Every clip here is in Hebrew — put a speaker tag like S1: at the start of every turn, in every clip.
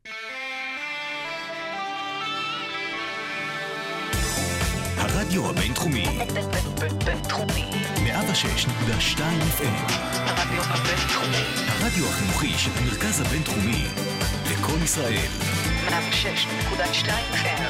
S1: הרדיו הבינתחומי.
S2: בינתחומי.
S1: 106.2 FM.
S2: הרדיו הבינתחומי.
S1: הרדיו החינוכי של המרכז הבינתחומי. לכל ישראל.
S2: 106.2 FM.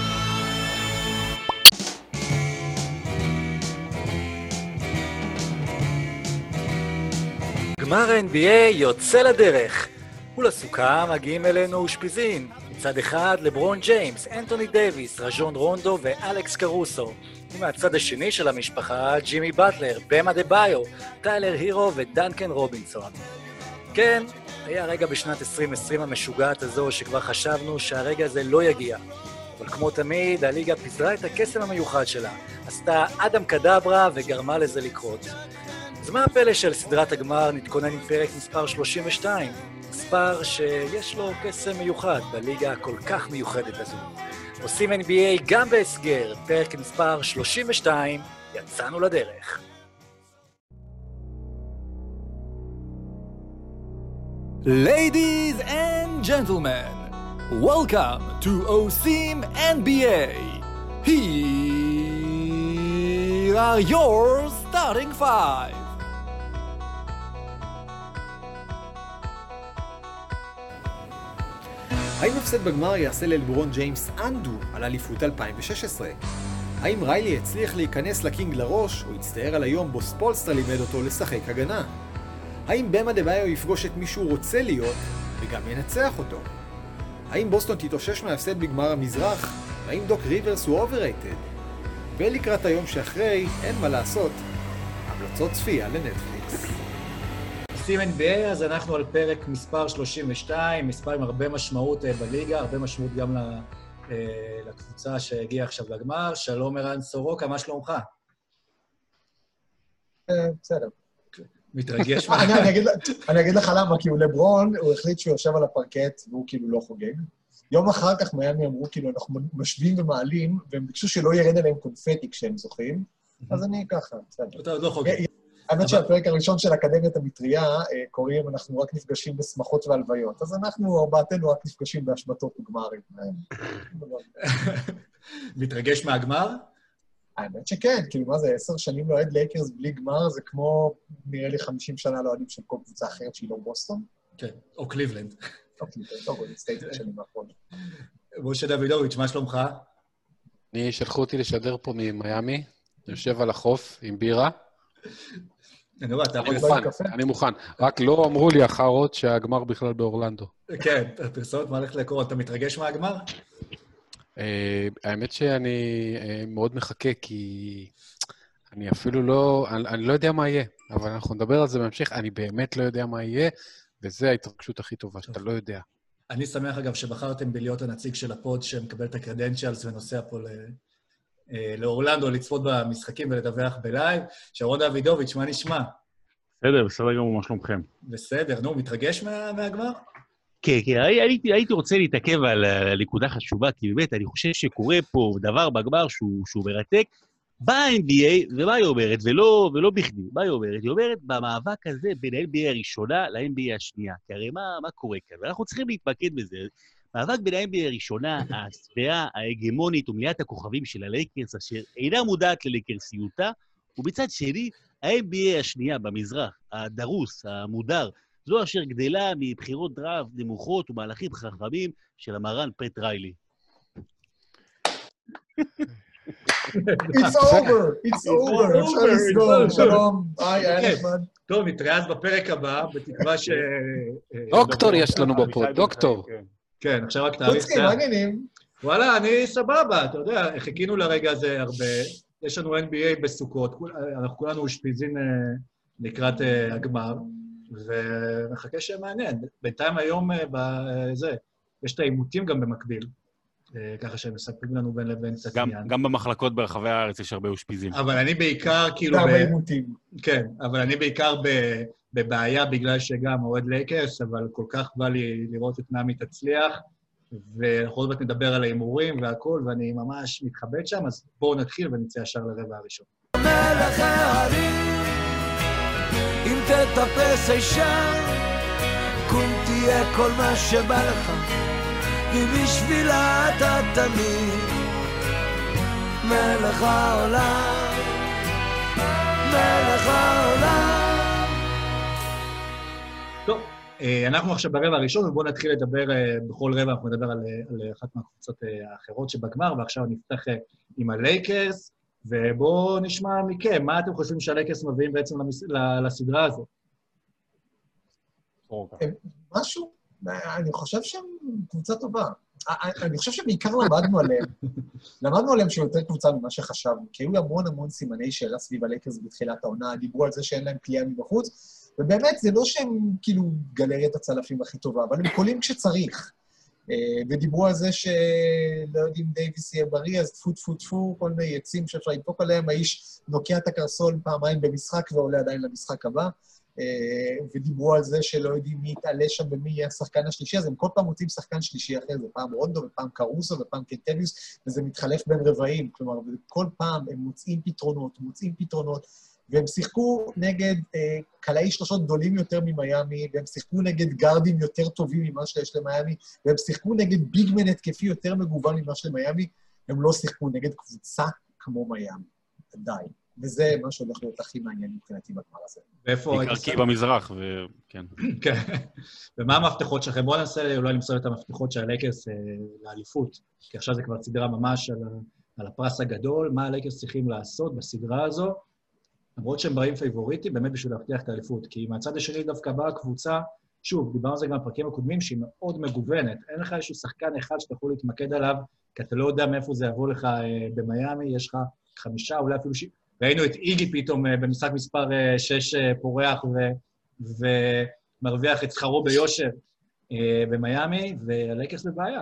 S3: גמר NBA יוצא לדרך. ולסוכה מגיעים אלינו אושפיזין. מצד אחד לברון ג'יימס, אנתוני דייביס, ראז'ון רונדו ואלכס קרוסו. ומהצד השני של המשפחה, ג'ימי באטלר, במה דה ביו, טיילר הירו ודנקן רובינסון. כן, היה רגע בשנת 2020 המשוגעת הזו שכבר חשבנו שהרגע הזה לא יגיע. אבל כמו תמיד, הליגה פיזרה את הקסם המיוחד שלה, עשתה אדם קדברה וגרמה לזה לקרות. אז מה הפלא של סדרת הגמר נתכונן עם פרק מספר 32? מספר שיש לו קסם מיוחד בליגה הכל כך מיוחדת הזו. עושים NBA גם בהסגר, פרק מספר 32, יצאנו לדרך. Ladies and gentlemen, welcome to OSIM NBA. Here are your starting five.
S4: האם הפסד בגמר יעשה ללברון ג'יימס אנדו על אליפות 2016? האם ריילי הצליח להיכנס לקינג לראש או יצטער על היום בו ספולסטרה לימד אותו לשחק הגנה? האם במה דה ביו יפגוש את מי שהוא רוצה להיות וגם ינצח אותו? האם בוסטון תתאושש מההפסד בגמר המזרח? והאם דוק ריברס הוא אובררייטד? ולקראת היום שאחרי, אין מה לעשות, המלצות צפייה לנטפליקס.
S3: עושים NBA, אז אנחנו על פרק מספר 32, מספר עם הרבה משמעות בליגה, הרבה משמעות גם לקבוצה שהגיעה עכשיו לגמר. שלום ערן סורוקה, מה שלומך?
S5: בסדר.
S3: מתרגש?
S5: אני אגיד לך למה, כי הוא לברון, הוא החליט שהוא יושב על הפרקט והוא כאילו לא חוגג. יום אחר כך מיאמי אמרו, כאילו, אנחנו משווים ומעלים, והם ביקשו שלא ירד עליהם קונפטי כשהם זוכים, אז אני ככה, בסדר.
S3: אתה עוד לא חוגג.
S5: האמת שהפרק הראשון של אקדמיית המטריה קוראים, אנחנו רק נפגשים בשמחות והלוויות, אז אנחנו, ארבעתנו, רק נפגשים בהשבתות וגמרים.
S3: מתרגש מהגמר?
S5: האמת שכן, כאילו מה זה, 10 שנים לא עד לייקרס בלי גמר, זה כמו, נראה לי 50 שנה לא עדים של כל קבוצה אחרת שהיא לא בוסטון.
S3: כן, או קליבלנד.
S5: או קליבלנד, או סטייט בשנים האחרונות.
S3: משה דוידוביץ', מה שלומך?
S6: שלחו אותי לשדר פה ממיימי, יושב על החוף עם בירה. אני מוכן. רק לא אמרו לי אחרות שהגמר בכלל באורלנדו.
S3: כן, הפרסומת מה הולך לקרות? אתה מתרגש מהגמר?
S6: האמת שאני מאוד מחכה, כי אני אפילו לא, אני לא יודע מה יהיה, אבל אנחנו נדבר על זה בהמשך, אני באמת לא יודע מה יהיה, וזו ההתרגשות הכי טובה, שאתה לא יודע.
S3: אני שמח אגב שבחרתם בלהיות הנציג של הפוד שמקבל את הקרדנציאלס ונוסע פה לאורלנדו, לצפות במשחקים ולדווח בלייב. שרון דוידוביץ', מה נשמע?
S7: בסדר גמור, מה שלומכם?
S3: בסדר, נו, מתרגש מהגמר?
S7: כן, הייתי רוצה להתעכב על נקודה חשובה, כי באמת אני חושב שקורה פה דבר בגמר שהוא מרתק. באה ה-NBA, ומה היא אומרת? ולא בכדי, מה היא אומרת? היא אומרת במאבק הזה בין ה-NBA הראשונה ל-NBA השנייה. כי הרי מה קורה כאן? ואנחנו צריכים להתמקד בזה. מאבק בין ה-NBA הראשונה, השבעה, ההגמונית ומליאת הכוכבים של הלייקרס, אשר אינה מודעת ללייקרסיותה, ובצד שני, ה-NBA השנייה במזרח, הדרוס, המודר, זו אשר גדלה מבחירות דראפט נמוכות ומהלכים חכמים של המרן פט ריילי.
S5: It's over, אפשר לסגור, שלום, היה נחמד.
S3: טוב, נתראה אז בפרק הבא, בתקווה ש...
S6: דוקטור יש לנו בפוד, דוקטור.
S3: כן, עכשיו רק תאריך...
S5: חוצקי, מה העניינים?
S3: וואלה, אני סבבה, אתה יודע, חיכינו לרגע הזה הרבה. יש לנו NBA בסוכות, אנחנו כולנו אושפיזין לקראת הגמר, ומחכה שמעניין. בינתיים היום בזה, יש את האימותים גם במקביל, ככה שהם מספרים לנו בין לבין קצת עניין.
S7: גם במחלקות ברחבי הארץ יש הרבה אושפיזים.
S3: אבל אני בעיקר כאילו...
S5: הרבה אימותים.
S3: כן, אבל אני בעיקר בבעיה בגלל שגם אוהד לייקרס, אבל כל כך בא לי לראות את נעמי תצליח, ואנחנו עוד מעט נדבר על האימורים והכל, ואני ממש מתחבט שם, אז בואו נתחיל ונצא ישר לרבע הראשון.
S8: מלך הערים, אם תטפס אישה, תקום תהיה כל מה שבא לך, כי בשבילה אתה תמיד מלך העולם, מלך העולם.
S9: טוב, אנחנו עכשיו ברבע הראשון, ובואו נתחיל לדבר, בכל רבע אנחנו נדבר על אחת מהקבוצות האחרות שבגמר, ועכשיו נפתח עם הלייקרס, ובואו נשמע מכם, מה אתם חושבים שהלייקרס מביאים בעצם לסדרה הזאת?
S5: משהו, אני חושב שהם קבוצה טובה. אני חושב שבעיקר למדנו עליהם שהוא יותר קבוצה ממה שחשבנו, כי היו המון סימני שאלה סביב הלייקרס בתחילת העונה, דיברו על זה שאין להם קליעה מבחוץ, ובאמת זה לא שהם כאילו גלריית הצלפים הכי טובה, אבל הם קולים כשצריך. ודיברו על זה שלא יודעים דייביס יהיה בריא, אז טפו, כל מיני יצים שאפשר לדפוק עליהם, האיש נוקע את הקרסול פעמיים במשחק ועולה עדיין למשחק הבא, ודיברו על זה שלא יודעים מי יתעלה שם ומי יהיה השחקן השלישי, אז הם כל פעם מוצאים שחקן שלישי אחר, זה פעם רונדו ופעם קרוסו ופעם קנטביוס, וזה מתחלף בין רבעים, כלומר, כל פעם הם מוצאים פתרונות, והם שיחקו נגד קלעי שלושות גדולים יותר ממיימי, והם שיחקו נגד גארדים יותר טובים ממה שיש למיימי, והם שיחקו נגד ביגמן התקפי יותר מגוון ממה שלמיימי, הם לא שיחקו נגד קבוצה כמו מיימי, עדיין. וזה מה שהולך להיות הכי מעניין מבחינתי בגמר הזה.
S9: ואיפה...
S7: בעיקר כי במזרח, וכן.
S9: כן. ומה המפתחות שלכם? בואו ננסה אולי למסור את המפתחות של הלייקרס לאליפות, כי עכשיו זה כבר סדרה ממש על הפרס הגדול, מה הלייקרס צריכים לעשות בסדרה הזו, למרות שהם באים פייבוריטים, באמת בשביל להבטיח את האליפות, כי מהצד השני דווקא באה קבוצה, שוב, דיברנו על זה גם בפרקים הקודמים, שהיא מאוד מגוונת. אין לך איזשהו שחקן אחד שאתה יכול להתמקד עליו, כי אתה לא יודע מאיפה זה יבוא לך במיימי, יש לך 5, אולי אפילו ראינו את איגי פתאום במשחק מספר 6 פורח ומרוויח את שכרו ביושר במיימי, והלייקרס בבעיה.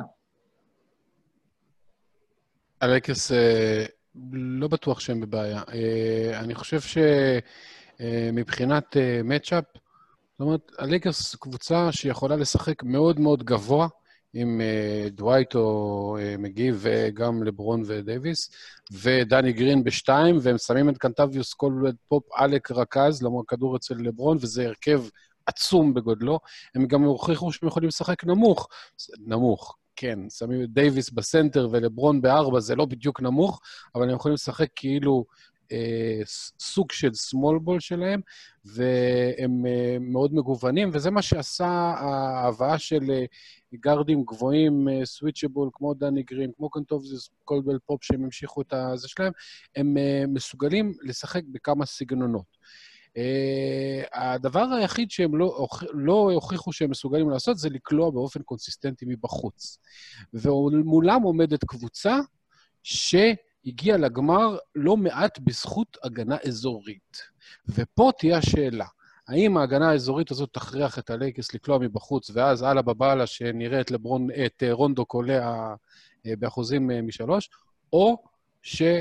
S6: הלייקרס לא בטוח שהם בבעיה. אני חושב שמבחינת מאצ'אפ, זאת אומרת, הלייקרס קבוצה שיכולה לשחק מאוד מאוד גבוה, עם דווייט או מגי וגם לברון ודייביס, ודני גרין ב2, והם שמים את קנטביוס קולדוול פופ אלק רכז, למרות כדור אצל לברון, וזה הרכב עצום בגודלו. הם גם הוכיחו שהם יכולים לשחק נמוך, כן, שמים את דייביס בסנטר ולברון ב4, זה לא בדיוק נמוך, אבל הם יכולים לשחק כאילו סוג של סמול בול שלהם, והם מאוד מגוונים, וזה מה שעשה ההבאה של גארדים גבוהים, סוויצ'בול, כמו דני גרין, כמו קנטוביוס קולדוול פופ, שהם המשיכו את זה שלהם, הם מסוגלים לשחק בכמה סגנונות. הדבר היחיד שהם לא הוכיחו שהם מסוגלים לעשות, זה לקלוע באופן קונסיסטנטי מבחוץ. ומולם עומדת קבוצה שהגיעה לגמר לא מעט בזכות הגנה אזורית. ופה תהיה השאלה, האם ההגנה האזורית הזאת תכריח את הלייקרס לקלוע מבחוץ, ואז הלאה בבעלה שנראה את רונדו קולע באחוזים משלוש, או שזה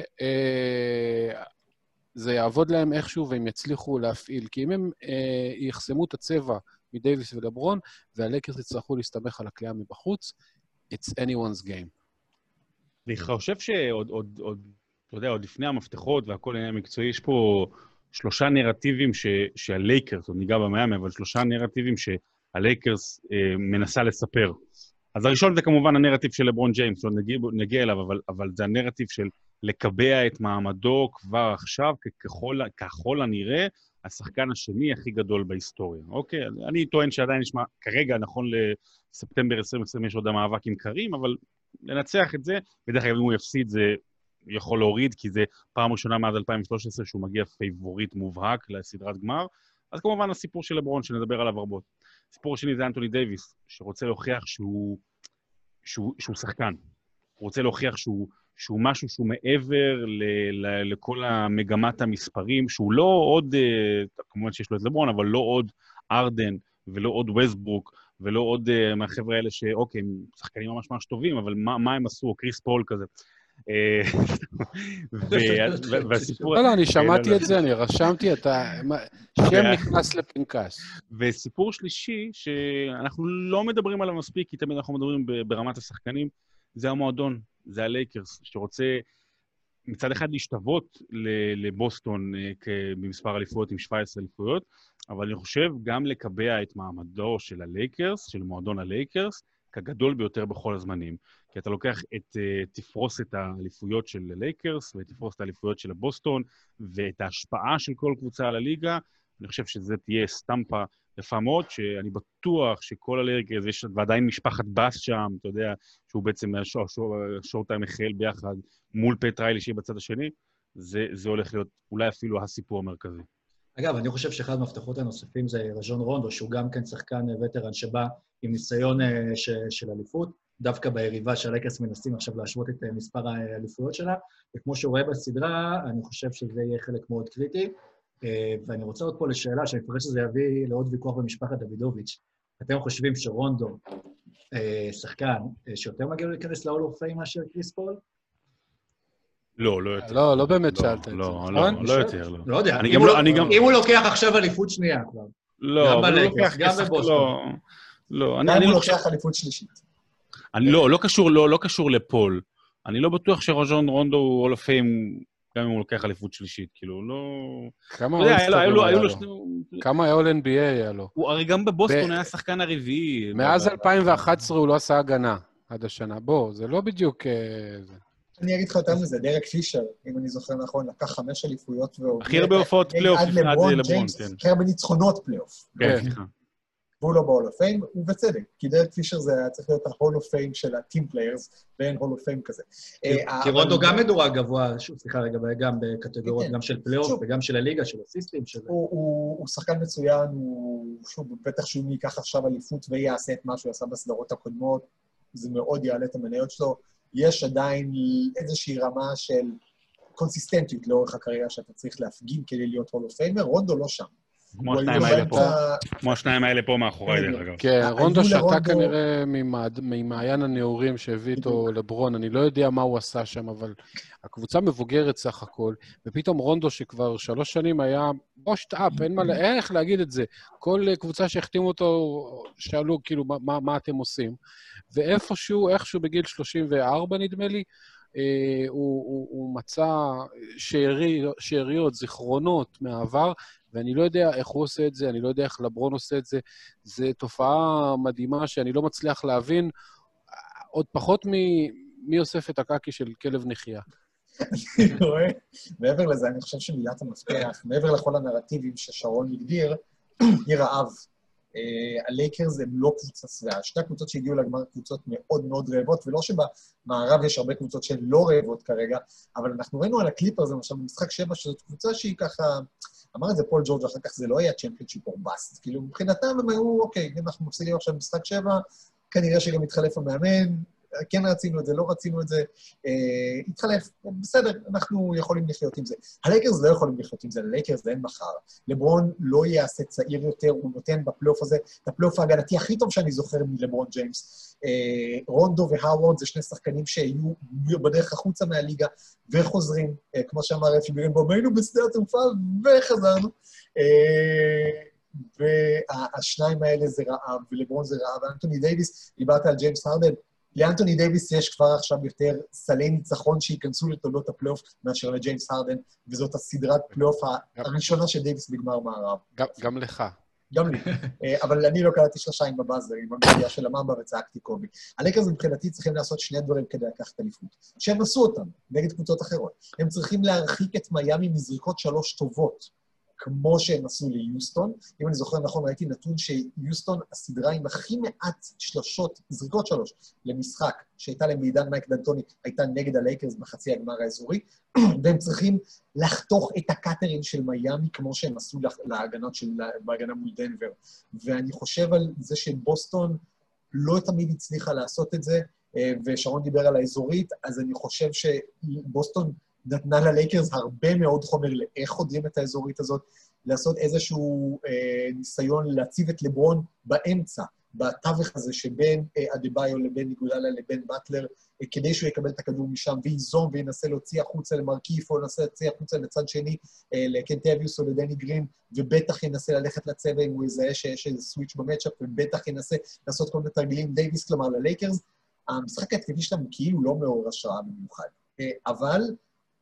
S6: יעבוד להם איכשהו והם יצליחו להפעיל, כי אם הם יחסמו את הצבע מדייביס ולברון, והלייקרס יצטרכו להסתמך על הקליעה מבחוץ, it's anyone's game.
S7: אני חושב שעוד, אתה יודע, עוד לפני המפתחות והכל העניין המקצועי, יש פה 3 נרטיבים שהלייקרס, עוד ניגע במיימי, אבל 3 נרטיבים שהלייקרס מנסה לספר. אז הראשון זה כמובן הנרטיב של לברון ג'יימס, לא נגיע אליו, אבל זה הנרטיב של לקבע את מעמדו כבר עכשיו, ככל הנראה, השחקן השני הכי גדול בהיסטוריה. אוקיי? אני טוען שעדיין נשמע, כרגע, נכון לספטמבר 2020, יש עוד המאבק עם קרים, אבל לנצח את זה, בדרך כלל אם הוא יפסיד זה יכול להוריד, כי זה פעם ראשונה מאז 2013 שהוא מגיע פייבוריט מובהק לסדרת גמר, אז כמובן הסיפור של לברון, שנדבר עליו רבות. הסיפור השני זה אנטוני דייביס, שרוצה להוכיח שהוא שחקן. הוא רוצה להוכיח שהוא משהו שהוא מעבר לכל המגמת המספרים, שהוא לא עוד, כמובן שיש לו את לברון, אבל לא עוד ארדן, ולא עוד ווסטברוק, ולא עוד מהחבר'ה האלה שאוקיי, הם שחקנים ממש טובים, אבל מה הם עשו, קריס פול כזה. והסיפור...
S6: לא, אני שמעתי את זה, אני רשמתי את השם נכנס לפנקס.
S7: וסיפור שלישי, שאנחנו לא מדברים עליו מספיק, כי תמיד אנחנו מדברים ברמת השחקנים, זה המועדון, זה הלייקרס, שרוצה
S6: מצד אחד להשתוות לבוסטון במספר אליפויות עם 17 אליפויות, אבל אני חושב גם לקבע את מעמדו של הלייקרס, של מועדון הלייקרס, כגדול ביותר בכל הזמנים. כי אתה לוקח תפרוס את האליפויות של הלייקרס, ותפרוס את האליפויות של הבוסטון, ואת ההשפעה של כל קבוצה על הליגה, אני חושב שזה תהיה סטמפה יפה מאוד, שאני בטוח שכל הלייקרס, יש ועדיין משפחת בס שם, אתה יודע, שהוא בעצם השורטיים החל ביחד מול פט ריילי שיהיה בצד השני, זה הולך להיות אולי אפילו הסיפור המרכזי.
S9: אגב, אני חושב שאחד מהמפתחות הנוספים זה ראז'ון רונדו, שהוא גם כן שחקן וטרן שבא עם ניסיון של אליפות, דווקא ביריבה שהלייקרס מנסים עכשיו להשוות את מספר האליפויות שלה, וכמו שהוא רואה בסדרה, אני חושב שזה יהיה חלק מאוד קריטי, ואני רוצה עוד פה לשאלה, שאני חושב שזה יביא לעוד ויכוח במשפחת דוידוביץ'. אתם חושבים שרונדו, שחקן, שיותר מגיע להיכנס להול אוף פיים מאשר קריס פול?
S6: לא, לא יותר.
S3: לא באמת שאלת את זה.
S6: לא יותר, לא.
S9: לא יודע, אם הוא לוקח עכשיו אליפות שנייה כבר.
S6: לא,
S9: גם בלייקרס, גם בבוסטון.
S6: לא,
S5: גם הוא לוקח אליפות שלישית.
S6: לא קשור לפול. אני לא בטוח שרז'ון רונדו הוא הול אוף פיים, גם אם הוא לוקח אליפות שלישית, כאילו, לא...
S3: כמה היה לו NBA היה לו?
S6: הרי גם בבוסטון היה שחקן הרביעי.
S3: מאז 2011 הוא לא עשה הגנה עד השנה. בוא, זה לא בדיוק...
S5: אני אגיד לך יותר מזה, דרק פישר, אם אני זוכר נכון, לקח 5 אליפויות והוא...
S6: הכי הרבה הופעות פלייאוף עד לברון, כן.
S5: הכי הרבה ניצחונות פלייאוף.
S6: כן, סליחה.
S5: והוא לא בהול אוף פיים, ובצדק, כי דרק פישר זה היה צריך להיות ההול אוף פיים של הטים פליירס, ואין הול אוף פיים כזה.
S9: כי רונדו גם מדורג גבוה, סליחה רגע, גם בקטגוריות, גם של פלייאוף וגם של הליגה, של הסיסטים. הוא
S5: שחקן מצוין, שוב, בטח שהוא ייקח עכשיו אליפות ויעשה את מה שהוא עשה בסדרות הקודמות, זה מאוד יעלה את המניות שלו. יש עדיין איזושהי רמה של קונסיסטנטיות לאורך הקריירה שאתה צריך להפגין כדי להיות הול אוף פיימר, רונדו לא שם.
S6: כמו השניים האלה פה מאחורי, דרך אגב.
S3: כן, רונדו שתה כנראה ממעיין הנעורים שהביא איתו לברון, אני לא יודע מה הוא עשה שם, אבל הקבוצה מבוגרת סך הכל, ופתאום רונדו שכבר 3 שנים היה בושט אפ, אין איך להגיד את זה. כל קבוצה שהחתימו אותו, שאלו כאילו מה אתם עושים, ואיפשהו, איכשהו בגיל 34 נדמה לי, הוא מצא שאריות, זיכרונות מהעבר, ואני לא יודע איך הוא עושה את זה, אני לא יודע איך לברון עושה את זה. זו תופעה מדהימה שאני לא מצליח להבין, עוד פחות מי אוסף את הקקי של כלב נחייה.
S5: אני רואה, מעבר לזה, אני חושב שמילת המפתח, מעבר לכל הנרטיבים ששרון הגדיר, היא רעב. הלייקרס הם לא קבוצה שבעה. 2 קבוצות שהגיעו לגמר קבוצות מאוד מאוד רעבות, ולא שבמערב יש הרבה קבוצות שהן לא רעבות כרגע, אבל אנחנו ראינו על הקליפרס, למשל, במשחק 7, שזאת קבוצה שהיא ככה, אמר את זה פול ג'ורג' אחר כך, זה לא היה צ'מפיונשיפ או בסט. כאילו, מבחינתם הם היו, אוקיי, אם אנחנו מפסידים עכשיו במשחק 7, כנראה שגם התחלף המאמן, כן רצינו את זה, לא רצינו את זה, התחלף, בסדר, אנחנו יכולים לחיות עם זה. הלייקרס לא יכולים לחיות עם זה, ללייקרס זה אין מחר. לברון לא יעשה צעיר יותר, הוא נותן בפלייאוף הזה, את הפלייאוף ההגנתי הכי טוב שאני זוכר מלברון ג'יימס. רונדו והאוורד זה 2 שחקנים שהיו בדרך החוצה מהליגה וחוזרים, כמו שאמר אפי בירנבום, היינו בשדה התעופה וחזרנו. והשניים האלה זה רעב, ולברון זה רעב, ואנטוני דייביס, דיברת על ג'יימס הרדן, לאנטוני דייביס יש כבר עכשיו יותר סלי ניצחון שייכנסו לתולדות הפלייאוף מאשר לג'יימס הרדן, וזאת הסדרת פלייאוף הראשונה של דייביס בגמר מערב.
S3: גם לך.
S5: גם לי. אבל אני לא קלטתי 3 בבאזר, עם המדיעה של הממבה וצעקתי קובי. הלייקרס מבחינתי צריכים לעשות 2 דברים כדי לקחת אליפות. שהם עשו אותם, נגד קבוצות אחרות. הם צריכים להרחיק את מיאמי מזריקות 3 טובות. כמו שהם עשו ליוסטון. אם אני זוכר נכון, ראיתי נתון שיוסטון, הסדרה עם הכי מעט זריקות 3 למשחק, שהייתה להם בעידן מייק דנטוני, הייתה נגד הלייקרס בחצי הגמר האזורי, והם צריכים לחתוך את הקאטרים של מיאמי, כמו שהם עשו בהגנה מול דנבר. ואני חושב על זה שבוסטון לא תמיד הצליחה לעשות את זה, ושרון דיבר על האזורית, אז אני חושב שבוסטון נתנה ללייקרס הרבה מאוד חומר לאיך חודרים את האזורית הזאת, לעשות איזשהו ניסיון להציב את לברון באמצע, בתווך הזה שבין אדבאיו לבין ניגודלה לבין באטלר, כדי שהוא יקבל את הכדור משם ויזום וינסה להוציא החוצה למרקיף, או ינסה להוציא החוצה לצד שני לקנטביוס או לדני גרין, ובטח ינסה ללכת לצבע אם הוא יזהה שיש איזה סוויץ' במצ'אפ, ובטח ינסה לעשות כל מיני תרגילים דייביס, כלומר ללייקרס, המשחק ההתקפי שלהם הוא כאילו לא מעורר השראה במיוחד. אבל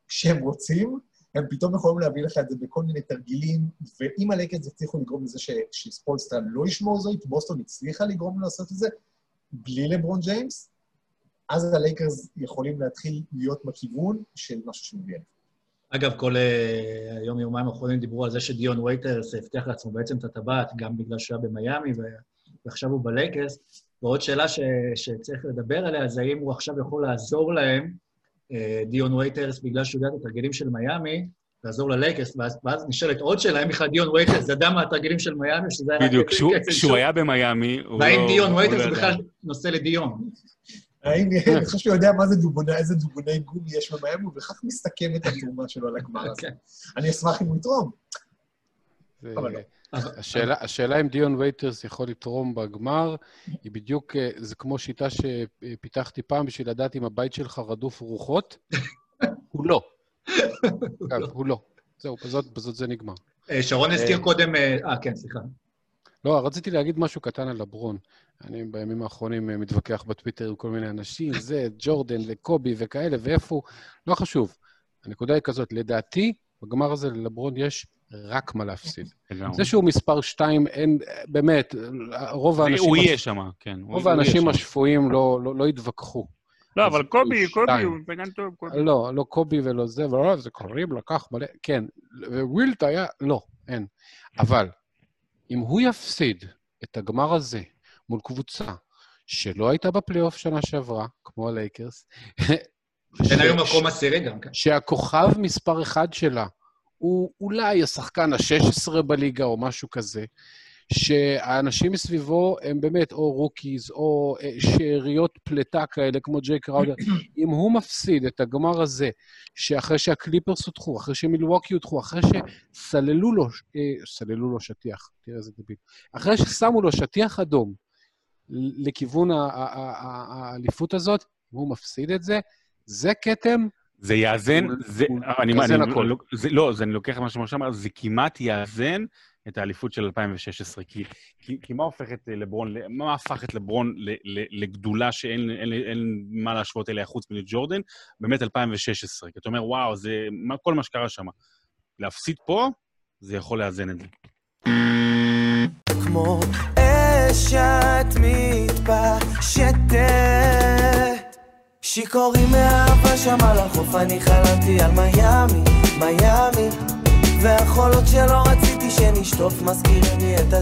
S5: כשהם רוצים, הם פתאום יכולים להביא לך את זה בכל מיני תרגילים, ואם הלייקרס הצליחו לגרום לזה שספולסטרה לא ישמור זאת, בוסטון הצליחה לגרום לעשות את זה, בלי לברון ג'יימס, אז הלייקרס יכולים להתחיל להיות בכיוון של משהו שמביע.
S9: אגב, כל יומיים האחרונים דיברו על זה שדיון וייטרס הבטיח לעצמו בעצם את הטבעת, גם בגלל שהוא היה במיימי, ועכשיו הוא בלייקרס. ועוד שאלה שצריך לדבר עליה, זה האם הוא עכשיו יכול לעזור להם, דיון וייטרס, בגלל שהוא יודע את התרגילים של מיימי, לעזור ללייקרס, ואז נשאלת עוד שאלה, האם בכלל דיון וייטרס ידע מה התרגילים של מיימי, שזה היה...
S7: בדיוק, כשהוא היה במיימי,
S9: והאם דיון וייטרס בכלל נושא לדיון.
S5: אני חושב שהוא יודע מה זה איזה דובוני גומי יש במיימי, ובכך מסתכם את התרומה שלו על הגמר הזה. אני אשמח אם הוא יתרום.
S6: השאלה אם דיון וייטרס יכול לתרום בגמר, היא בדיוק, זה כמו שיטה שפיתחתי פעם בשביל לדעת אם הבית שלך רדוף רוחות, הוא לא. הוא לא. זהו, בזאת זה נגמר.
S9: שרון הזכיר קודם, כן, סליחה.
S6: לא, רציתי להגיד משהו קטן על לברון. אני בימים האחרונים מתווכח בטוויטר עם כל מיני אנשים, זה, ג'ורדן וקובי וכאלה, ואיפה, לא חשוב. הנקודה היא כזאת, לדעתי, בגמר הזה ללברון יש רק מה להפסיד. זה שהוא מספר 2, אין, באמת, רוב האנשים...
S7: הוא יהיה שם, כן.
S6: רוב האנשים השפויים לא יתווכחו.
S7: לא, אבל קובי הוא בגן טוב, קובי.
S6: לא קובי ולא זה, ולא, זה קריב, לקח מלא, כן. ווילט היה, לא, אין. אבל, אם הוא יפסיד את הגמר הזה מול קבוצה שלא הייתה בפלייאוף שנה שעברה, כמו הלייקרס,
S9: אין היום מקום עשירי גם, כן.
S6: שהכוכב מספר 1 שלה, הוא אולי השחקן ה-16 בליגה או משהו כזה, שהאנשים מסביבו הם באמת או רוקיז או שאריות פלטה כאלה כמו ג'ייק ראודר. אם הוא מפסיד את הגמר הזה, שאחרי שהקליפרס הותחו, אחרי שמילווקי הותחו, אחרי שסללו לו שטיח, תראה איזה דביל, אחרי ששמו לו שטיח אדום לכיוון האליפות הזאת, אם הוא מפסיד את זה, זה כתם,
S7: זה יאזן, אני לוקח מה שאמר, זה כמעט יאזן את האליפות של 2016, כי מה הופך את לברון, מה הפך את לברון לגדולה שאין מה להשוות אליה חוץ מג'ורדן, באמת 2016, כי אתה אומר, וואו, זה כל מה שקרה שם. להפסיד פה, זה יכול לאזן את זה.
S8: כמו אשת מתפשטת שיקורים מהאהבה שם על החוף, אני חלמתי על מיימי, והחולות שלא רציתי שנשטוף מזכירים לי את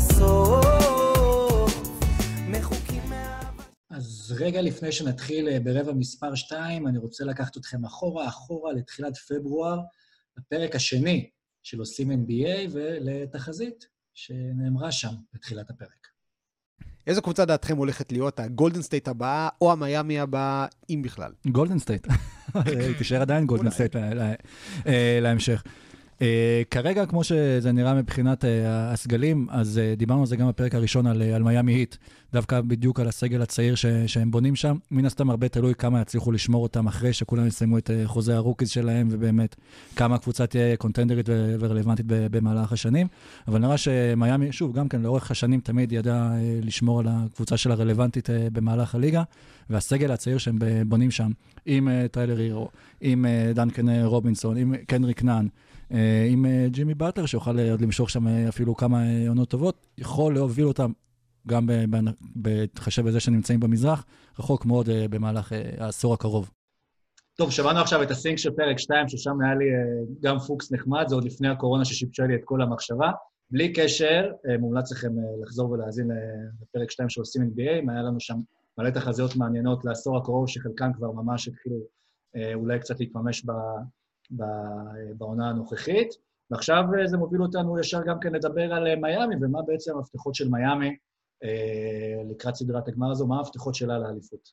S8: הסוף מחוקים מהאהבה.
S9: אז רגע לפני שנתחיל ברבע מספר 2, אני רוצה לקחת אתכם אחורה לתחילת פברואר, לפרק השני של עושים NBA ולתחזית שנאמרה שם בתחילת הפרק.
S4: איזו קבוצה דעתכם הולכת להיות הגולדן סטייט הבאה, או המיימי הבאה, אם בכלל?
S10: גולדן סטייט. תישאר עדיין גולדן סטייט להמשך. כרגע, כמו שזה נראה מבחינת הסגלים, אז דיברנו על זה גם בפרק הראשון על מיימי היט, דווקא בדיוק על הסגל הצעיר שהם בונים שם. מן הסתם הרבה תלוי כמה יצליחו לשמור אותם אחרי שכולם יסיימו את חוזה הרוקיז שלהם, ובאמת כמה הקבוצה תהיה קונטנדרית ורלוונטית במהלך השנים. אבל נראה שמיימי, שוב, גם כן לאורך השנים תמיד ידע לשמור על הקבוצה שלה רלוונטית במהלך הליגה, והסגל הצעיר שהם בונים שם, עם טיילר הירו, עם דנקן רובינסון, עם קנריק נאן, עם ג'ימי באטלר, שיוכל עוד למשוך שם אפילו כמה עונות טובות, יכול להוביל אותם גם בהתחשב בזה שנמצאים במזרח, רחוק מאוד במהלך העשור הקרוב.
S9: טוב, שמענו עכשיו את הסינק של פרק 2, ששם היה לי גם פוקס נחמד, זה עוד לפני הקורונה ששיבשה לי את כל המחשבה. בלי קשר, מומלץ לכם לחזור ולהאזין לפרק 2 של עושים NBA, היה לנו שם מלא תחזיות מעניינות לעשור הקרוב, שחלקן כבר ממש התחילו אולי קצת להתממש בעונה הנוכחית, ועכשיו זה מוביל אותנו ישר גם כן לדבר על מיימי, ומה בעצם המפתחות של מיימי לקראת סדרת הגמר הזו, מה המפתחות שלה לאליפות?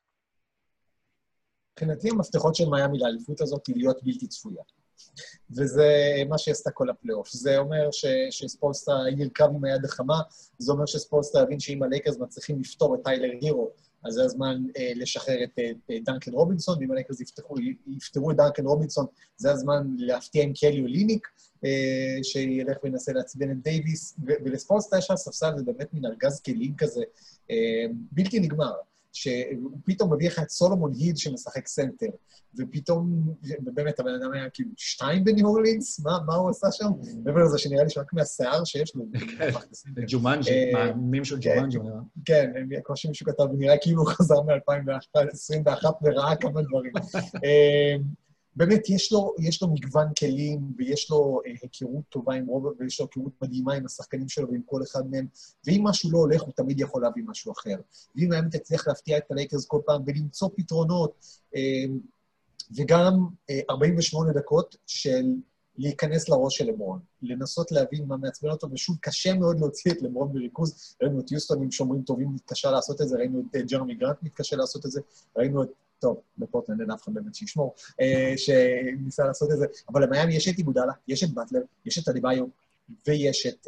S5: מבחינתי המפתחות של מיימי לאליפות הזאת היא להיות בלתי צפויה. וזה מה שעשתה כל הפלייאוף. זה אומר שספולסטרה ירכב עם היד החמה, זה אומר שספולסטרה יבין שאם הלייקרס מצליחים לפתור את טיילר הירו, אז זה הזמן לשחרר את דנקן רובינסון, ואם הלייקרס יפתרו את דנקן רובינסון, זה הזמן להפתיע עם קלי אוליניק, שילך וינסה להצבן את דייביס, ולספולסטרה יש הספסל, זה באמת מין ארגז כלים כזה, בלתי נגמר, שהוא פתאום מביא לך את סולומון היל שמשחק סנטר, ופתאום, באמת, הבן אדם היה כאילו 2 בניו אורלינס, מה הוא עשה שם? מעבר לזה שנראה לי שרק מהשיער שיש לו.
S9: ג'ומנג'י, מהמים של ג'ומנג'י.
S5: כן, כמו שמישהו כתב, נראה כאילו הוא חזר מ-2021 וראה כמה דברים. באמת, יש לו מגוון כלים, ויש לו היכרות טובה עם רוברט, ויש לו היכרות מדהימה עם השחקנים שלו ועם כל אחד מהם, ואם משהו לא הולך, הוא תמיד יכול להביא משהו אחר. ואם האמת תצליח להפתיע את הלייקרס כל פעם ולמצוא פתרונות, וגם 48 דקות של להיכנס לראש של לברון, לנסות להבין מה מעצבן אותו, ושוב, קשה מאוד להוציא את לברון בריכוז, ראינו את יוסטון עם שומרים טובים מתקשה לעשות את זה, ראינו את ג'רמי גרנט מתקשה לעשות את זה, ראינו את, טוב, בפורטלנד אין אף אחד באמת שישמור, שניסה לעשות את זה, אבל למיימי יש את איגודלה, יש את באטלר, יש את אדיבאיו, ויש את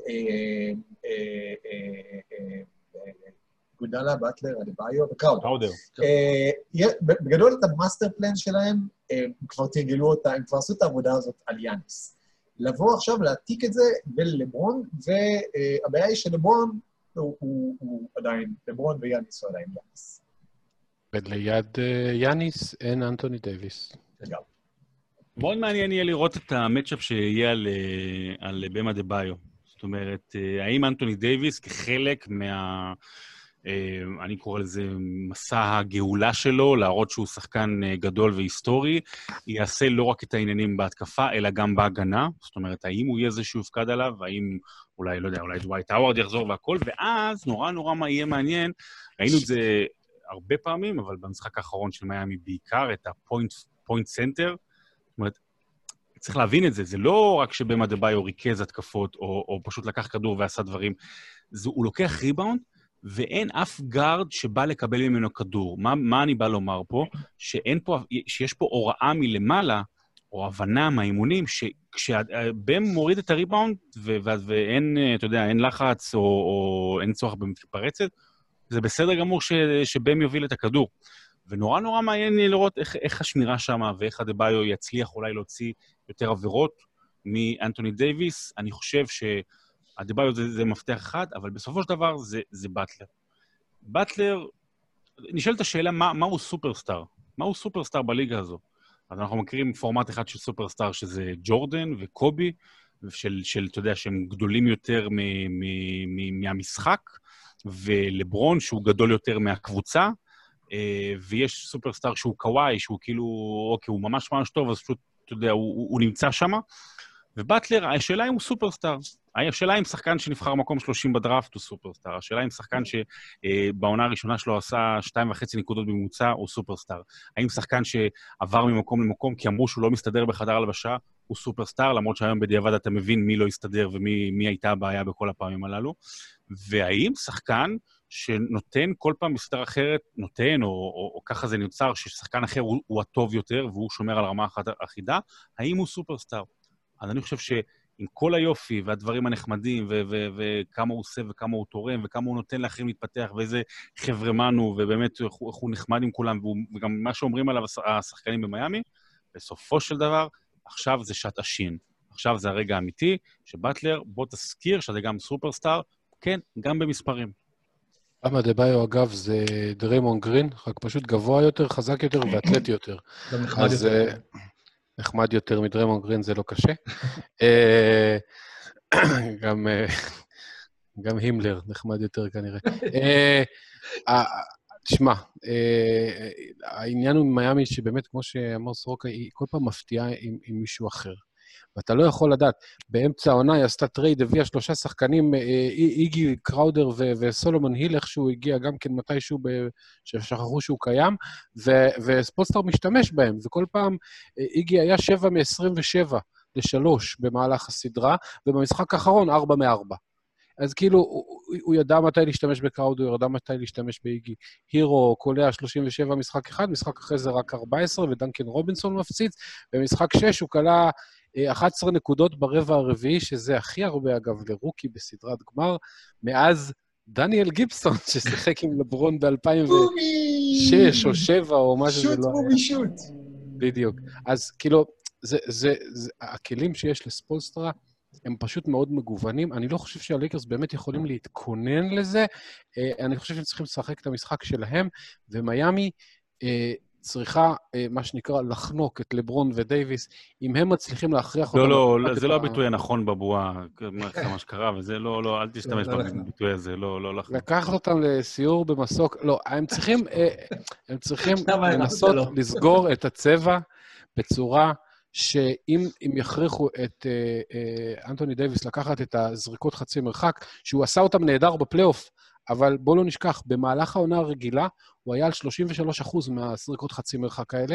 S5: איגודלה, באטלר, אדיבאיו וקראודר. בגדול את המאסטר פלן שלהם, כבר תרגלו אותה, הם כבר עשו את העבודה הזאת על יאניס. לבוא עכשיו להעתיק את זה ולברון, והבעיה היא שלברון הוא עדיין, לברון ויאניס הוא עדיין יאניס.
S6: וליד יאניס אין אנטוני דייביס.
S5: לגמרי.
S7: מאוד מעניין יהיה לראות את המצ'אפ שיהיה על במה דבאיו. זאת אומרת, האם אנטוני דייביס כחלק אני קורא לזה מסע הגאולה שלו, להראות שהוא שחקן גדול והיסטורי, יעשה לא רק את העניינים בהתקפה, אלא גם בהגנה. זאת אומרת, האם הוא יהיה זה שיופקד עליו, האם אולי, לא יודע, אולי דווייט האווארד יחזור והכל, ואז נורא מה יהיה מעניין. ראינו את זה הרבה פעמים, אבל במשחק האחרון של מיימי בעיקר, את הפוינט סנטר. זאת אומרת, צריך להבין את זה, זה לא רק שבמה דבאיו ריכז התקפות, או פשוט לקח כדור ועשה דברים, הוא לוקח ריבאונד, ואין אף גארד שבא לקבל ממנו כדור. מה אני בא לומר פה? שיש פה הוראה מלמעלה, או הבנה מהאימונים, שכשבם מוריד את הריבאונד, ואין, אתה יודע, אין לחץ, או אין צורך במתפרצת, זה בסדר גמור שבם יוביל את הכדור. ונורא מעניין לראות איך השמירה שם, ואיך אדבאיו יצליח אולי להוציא יותר עבירות מאנטוני דייביס. אני חושב אדבאיו זה מפתח אחד, אבל בסופו של דבר זה באטלר. באטלר, נשאלת השאלה, מהו סופרסטאר? מהו סופרסטאר בליגה הזו? אז אנחנו מכירים פורמט אחד של סופרסטאר, שזה ג'ורדן וקובי, אתה יודע, שהם גדולים יותר מהמשחק, ולברון, שהוא גדול יותר מהקבוצה, ויש סופרסטאר שהוא קוואי, שהוא כאילו, אוקיי, הוא ממש טוב, אז פשוט, אתה יודע, הוא נמצא שם, ובאטלר, השאלה אם הוא סופרסטאר. השאלה אם שחקן שנבחר מקום 30 בדראפט הוא סופרסטאר. השאלה אם שחקן שבעונה הראשונה שלו עשה 2.5 נקודות בממוצע הוא סופרסטאר. האם שחקן שעבר ממקום למקום כי אמרו שהוא לא מסתדר בחדר הלבשה הוא סופרסטאר, למרות שהיום בדיעבד אתה מבין מי לא הסתדר ומי הייתה הבעיה בכל הפעמים הללו. והאם שחקן שנותן כל פעם בסדר אחרת, נותן, או ככה זה נוצר, ששחקן אחר הוא הטוב יותר והוא שומר על רמה אחידה, האם הוא סופרסטאר? אז אני חושב שעם כל היופי והדברים הנחמדים, וכמה הוא עושה וכמה הוא תורם, וכמה הוא נותן לאחרים להתפתח, ואיזה חברמן הוא, ובאמת איך הוא נחמד עם כולם, וגם מה שאומרים עליו השחקנים במיימי, בסופו של דבר, עכשיו זה שעת השין. עכשיו זה הרגע האמיתי, שבאטלר, בוא תזכיר שאתה גם סופרסטאר, כן, גם במספרים.
S6: במה דבאיו, אגב, זה דריימון גרין, רק פשוט גבוה יותר, חזק יותר ואתלטי יותר.
S9: גם נחמד יותר.
S6: נחמד יותר מדריימון גרין, זה לא קשה. גם הימלר נחמד יותר כנראה. תשמע, העניין הוא ממיימי שבאמת, כמו שאמר סורוקה, היא כל פעם מפתיעה עם מישהו אחר. ואתה לא יכול לדעת, באמצע העונה היא עשתה טרייד, הביאה 3 שחקנים, איגי, קראודר וסולומון היל, איכשהו הגיע גם כן מתישהו ששכחו שהוא קיים, וספולסטר משתמש בהם, וכל פעם איגי היה 7 מ-27 ל-3 במהלך הסדרה, ובמשחק האחרון 4 מ-4. אז כאילו, הוא ידע מתי להשתמש בקראודר, הוא ידע מתי להשתמש באיגי. הירו קולע 37 משחק אחד, משחק אחרי זה רק 14, ודנקן רובינסון מפציץ, במשחק 6 הוא קלע 11 נקודות ברבע הרביעי, שזה הכי הרבה, אגב, לרוקי בסדרת גמר, מאז דניאל גיבסון, ששיחק עם לברון ב-2006 או 2007, או מה שזה לא היה.
S5: שוט בובי שוט.
S6: בדיוק. אז כאילו, הכלים שיש לספולסטרה, הם פשוט מאוד מגוונים. אני לא חושב שהלייקרס באמת יכולים להתכונן לזה. אני חושב שהם צריכים לשחק את המשחק שלהם, ומיאמי צריכה, מה שנקרא, לחנוק את לברון ודייביס. אם הם מצליחים להכריח אותם...
S7: לא, זה לא הביטוי הנכון בבועה, מה שקרה, וזה לא, אל תשתמש בביטוי הזה, לא לחנוק.
S6: לקחת אותם לסיור במסוק, לא, הם צריכים לנסות לסגור את הצבע בצורה שאם יכריחו את אנטוני דייביס לקחת את הזריקות חצי מרחק, שהוא עשה אותם נהדר בפלייאוף, אבל בואו לא נשכח, במהלך העונה הרגילה, הוא היה על 33% מהזריקות חצי מרחק האלה.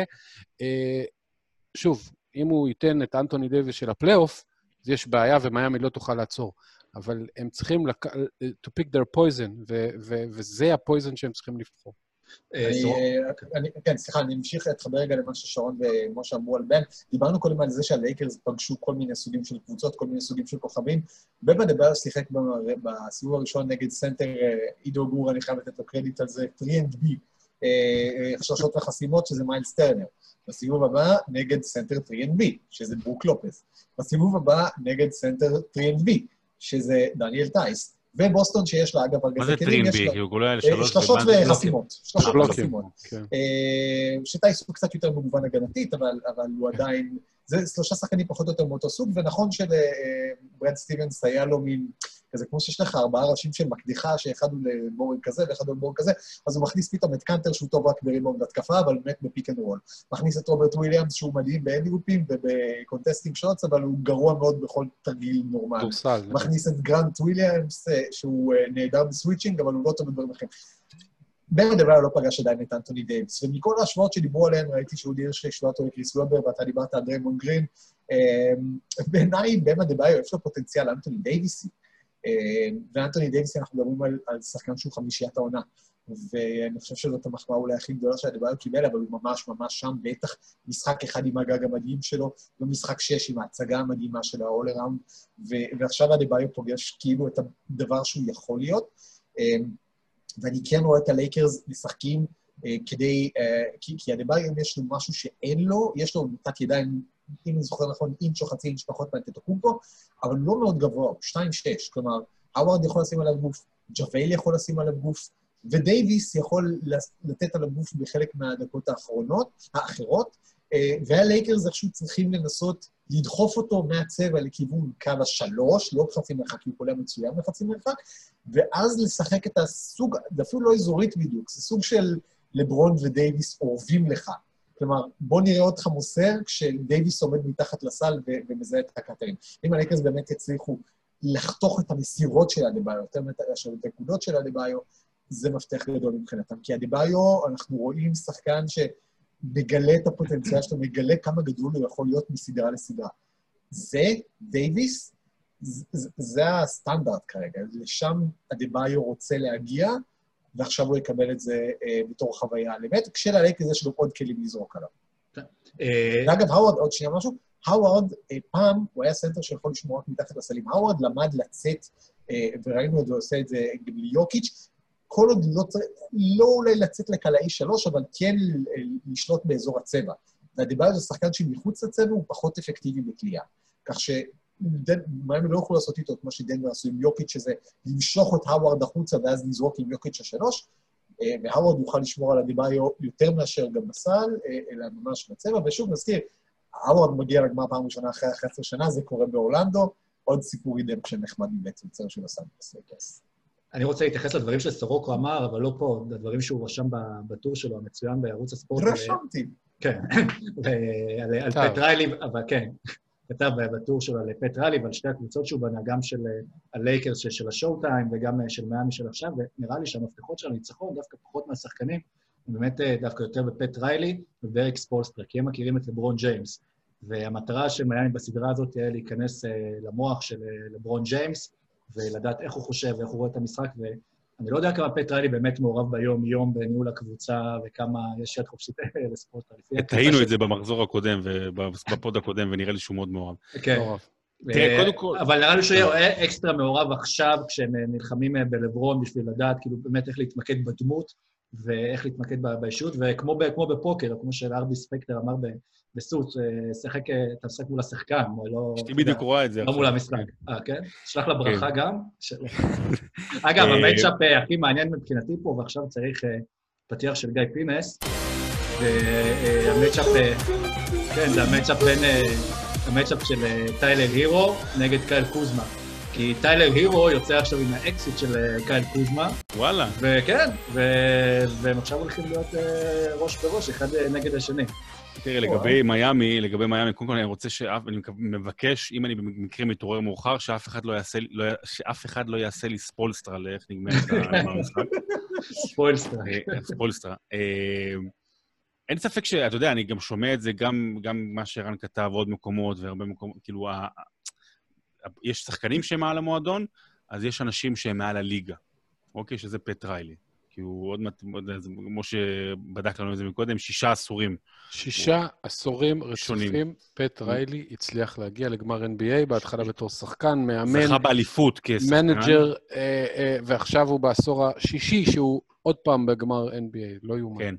S6: שוב, אם הוא ייתן את אנטוני דייביס של הפלייאוף, אז יש בעיה ומיאמי לא תוכל לעצור. אבל הם צריכים to pick their poison, וזה הפויזן שהם צריכים לבחור.
S5: כן, סליחה, אני אמשיך להתחבר רגע למה ששרון ומשה אמרו על בן. דיברנו קודם על זה שהלייקרס פגשו כל מיני סוגים של קבוצות, כל מיני סוגים של כוכבים. בן אדבאיו שיחק בסיבוב הראשון נגד סנטר עידו גור, אני חייב לתת לו קרדיט על זה, 3&B, חששות וחסימות, שזה מיילס טרנר. בסיבוב הבא נגד סנטר 3&B, שזה ברוק לופס. בסיבוב הבא נגד סנטר 3&B, שזה דניאל טייס. ובוסטון שיש לה, אגב,
S7: מה זה 3&B? הוא גולה על
S5: שלושות וחסימות. שלושות וחסימות. שטייס הוא קצת יותר מגוון הגנתית, אבל הוא עדיין... זה 3 שחקנים פחות או יותר מאותו סוג, ונכון שברד סטיבנס היה לו מין... כזה כמו שיש לך 4 ראשים של מקדיחה, שאחד הוא לבורג כזה ואחד הוא לבורג כזה, אז הוא מכניס פתאום את קאנטר שהוא טוב רק בריבאונד התקפה, אבל באמת בפיק אנד רול. מכניס את רוברט וויליאמס שהוא מדהים באנדיופים ובקונטסטינג שוטס, אבל הוא גרוע מאוד בכל תרגיל נורמלי. מכניס את גרנט וויליאמס שהוא נהדר בסוויצ'ינג, אבל הוא לא טוב בדברים אחרים. בן אדבאיו לא פגש עדיין את אנטוני דייביס, ומכל ההשוואות שדיברו עליהן, ראיתי שהוא דיר שהשוואת אותו לקריס ובר, ואתה דיברת על דריימונד גרין, בעיניי בן אדבאיו יש לו פוטנציאל אנטוני דייביסי, ואנטוני דייביס, אנחנו מדברים על שחקן שהוא 5ת העונה, ואני חושב שזאת המחמאה אולי הכי גדולה שאדבאיו קיבל, אבל הוא ממש ממש שם, בטח משחק אחד עם הגג המדהים שלו, ומשחק 6 עם ההצגה המדהימה של ה-all around, ועכשיו אדבאיו פוגש כאילו את הדבר שהוא יכול להיות, ואני כן רואה את הלייקרס משחקים כדי, כי אדבאיו יש לו משהו שאין לו, יש לו תת ידיים, אם אני זוכר נכון, אינץ' או חצי אינץ' פחות מהטטוקומפו, אבל לא מאוד גבוה, 2-6, כלומר, האוורד יכול לשים עליו גוף, ג'ווייל יכול לשים עליו גוף, ודייביס יכול לתת עליו גוף בחלק מהדקות האחרות, והלייקרס איכשהו צריכים לנסות לדחוף אותו מהצבע לכיוון קו 3, לא חצי מרחק, כי הוא קולה מצוין בחצי מרחק, ואז לשחק את הסוג, זה אפילו לא אזורית בדיוק, זה סוג של לברון ודייביס אורבים לך. כלומר, בוא נראה אותך מוסר כשדייביס עומד מתחת לסל ומזהה את הקאטרים. אם הלייקרס באמת יצליחו לחתוך את המסירות של אדבאיו, יותר את הנקודות של אדבאיו, זה מפתח גדול מבחינתם. כי אדבאיו, אנחנו רואים שחקן שמגלה את הפוטנציאל שלו, מגלה כמה גדול הוא יכול להיות מסדרה לסדרה. זה, דייביס, זה הסטנדרט כרגע. לשם אדבאיו רוצה להגיע, ועכשיו הוא יקבל את זה בתור חוויה באמת, כשללייקרס יש לו עוד כלים לזרוק עליו. ואגב, האוורד, עוד שנייה משהו, האוורד, פעם הוא היה סנטר שיכול לשמור רק מתחת לסלים. האוורד למד לצאת, וראינו את זה עושה את זה גם ליוקיץ', כל עוד לא אולי לצאת לקלעי 3, אבל כן לשלוט באזור הצבע. והדיבר זה שחקן שמחוץ לצבע הוא פחות אפקטיבי בקליעה. כך שמיאמי לא יכולו לעשות איתו כמו שדנבר עשו עם יוקיץ', שזה למשוך את האוורד החוצה ואז לזרוק עם יוקיץ' 3, והאוורד יוכל לשמור על הדיבאיו יותר מאשר גם בסל, אלא ממש בצבע. ושוב נזכיר, האוורד מגיע לגמר פעם ראשונה אחרי 11 שנה, זה קורה באורלנדו, עוד סיפור נחמד מבית יוצר של הסנטרס.
S9: אני רוצה להתייחס לדברים שסורוקו אמר, אבל לא פה, לדברים שהוא רשם בטור שלו, המצוין בערוץ הספורט.
S5: רשמתי.
S9: כן, על פט ריילי, אבל כן, כתב בטור שלו על פט ריילי, ועל שתי הקבוצות שהוא בנה, גם של הלייקרס של השואו טיים, וגם של מיאמי של עכשיו, ונראה לי שהמפתחות של הניצחון, דווקא פחות מהשחקנים, באמת דווקא יותר בפט ריילי ובאריק ספולסטרה, כי הם מכירים את לברון ג'יימס, והמטרה של מיאמי בסדרה הזאת תהיה להיכנס למוח של לברון ג'יימס, ולדעת איך הוא חושב ואיך הוא רואה את המשחק, ואני לא יודע כמה פט ריילי באמת מעורב ביום-יום בניהול הקבוצה, וכמה יש יד חופשית לספורט.
S7: תהינו את זה במחזור הקודם ובפוד הקודם, ונראה לי שהוא מאוד מעורב.
S9: כן.
S7: תראה, קודם כל...
S9: אבל נראה לי שהוא יהיה אקסטרה מעורב עכשיו, כשהם נלחמים בלברון בשביל לדעת, כאילו באמת איך להתמקד בדמות, ואיך להתמקד באישיות, וכמו בפוקר, כמו שארבי ספקטר אמר בסוץ, אתה משחק מול השחקן, לא...
S7: אשתי בדיוק רואה את זה.
S9: לא מול המשחק. כן? שלח לה ברכה גם. אגב, המייצ'אפ הכי מעניין מבחינתי פה, ועכשיו צריך פתיח של גיא פינס, והמייצ'אפ, כן, זה המייצ'אפ בין... המייצ'אפ של טיילר הירו נגד קייל קוזמה. כי טיילר הירו יוצא עכשיו עם האקסיט של קייל קוזמה.
S7: וואלה.
S9: וכן, והם עכשיו הולכים להיות ראש בראש, אחד נגד השני.
S7: תראה, לגבי מיאמי, קודם כל אני רוצה אני מבקש, אם אני במקרה מתעורר מאוחר, שאף אחד לא יעשה לי ספולסטרה לאיך נגמר את המשחק. ספולסטרה. אין ספק שאתה יודע, אני גם שומע את זה, גם מה שערן כתב, עוד מקומות והרבה מקומות, כאילו, יש שחקנים שהם מעל המועדון, אז יש אנשים שהם מעל הליגה, אוקיי? שזה פט ריילי. כי הוא עוד מעט, כמו שבדק לנו את זה מקודם, 6 עשורים.
S6: 6 עשורים רצופים, פט ריילי הצליח להגיע לגמר NBA, בהתחלה בתור שחקן, מאמן.
S7: זכה באליפות כשחקן.
S6: מנג'ר, ועכשיו הוא בעשור השישי, שהוא עוד פעם בגמר NBA, לא יאומן.
S7: כן.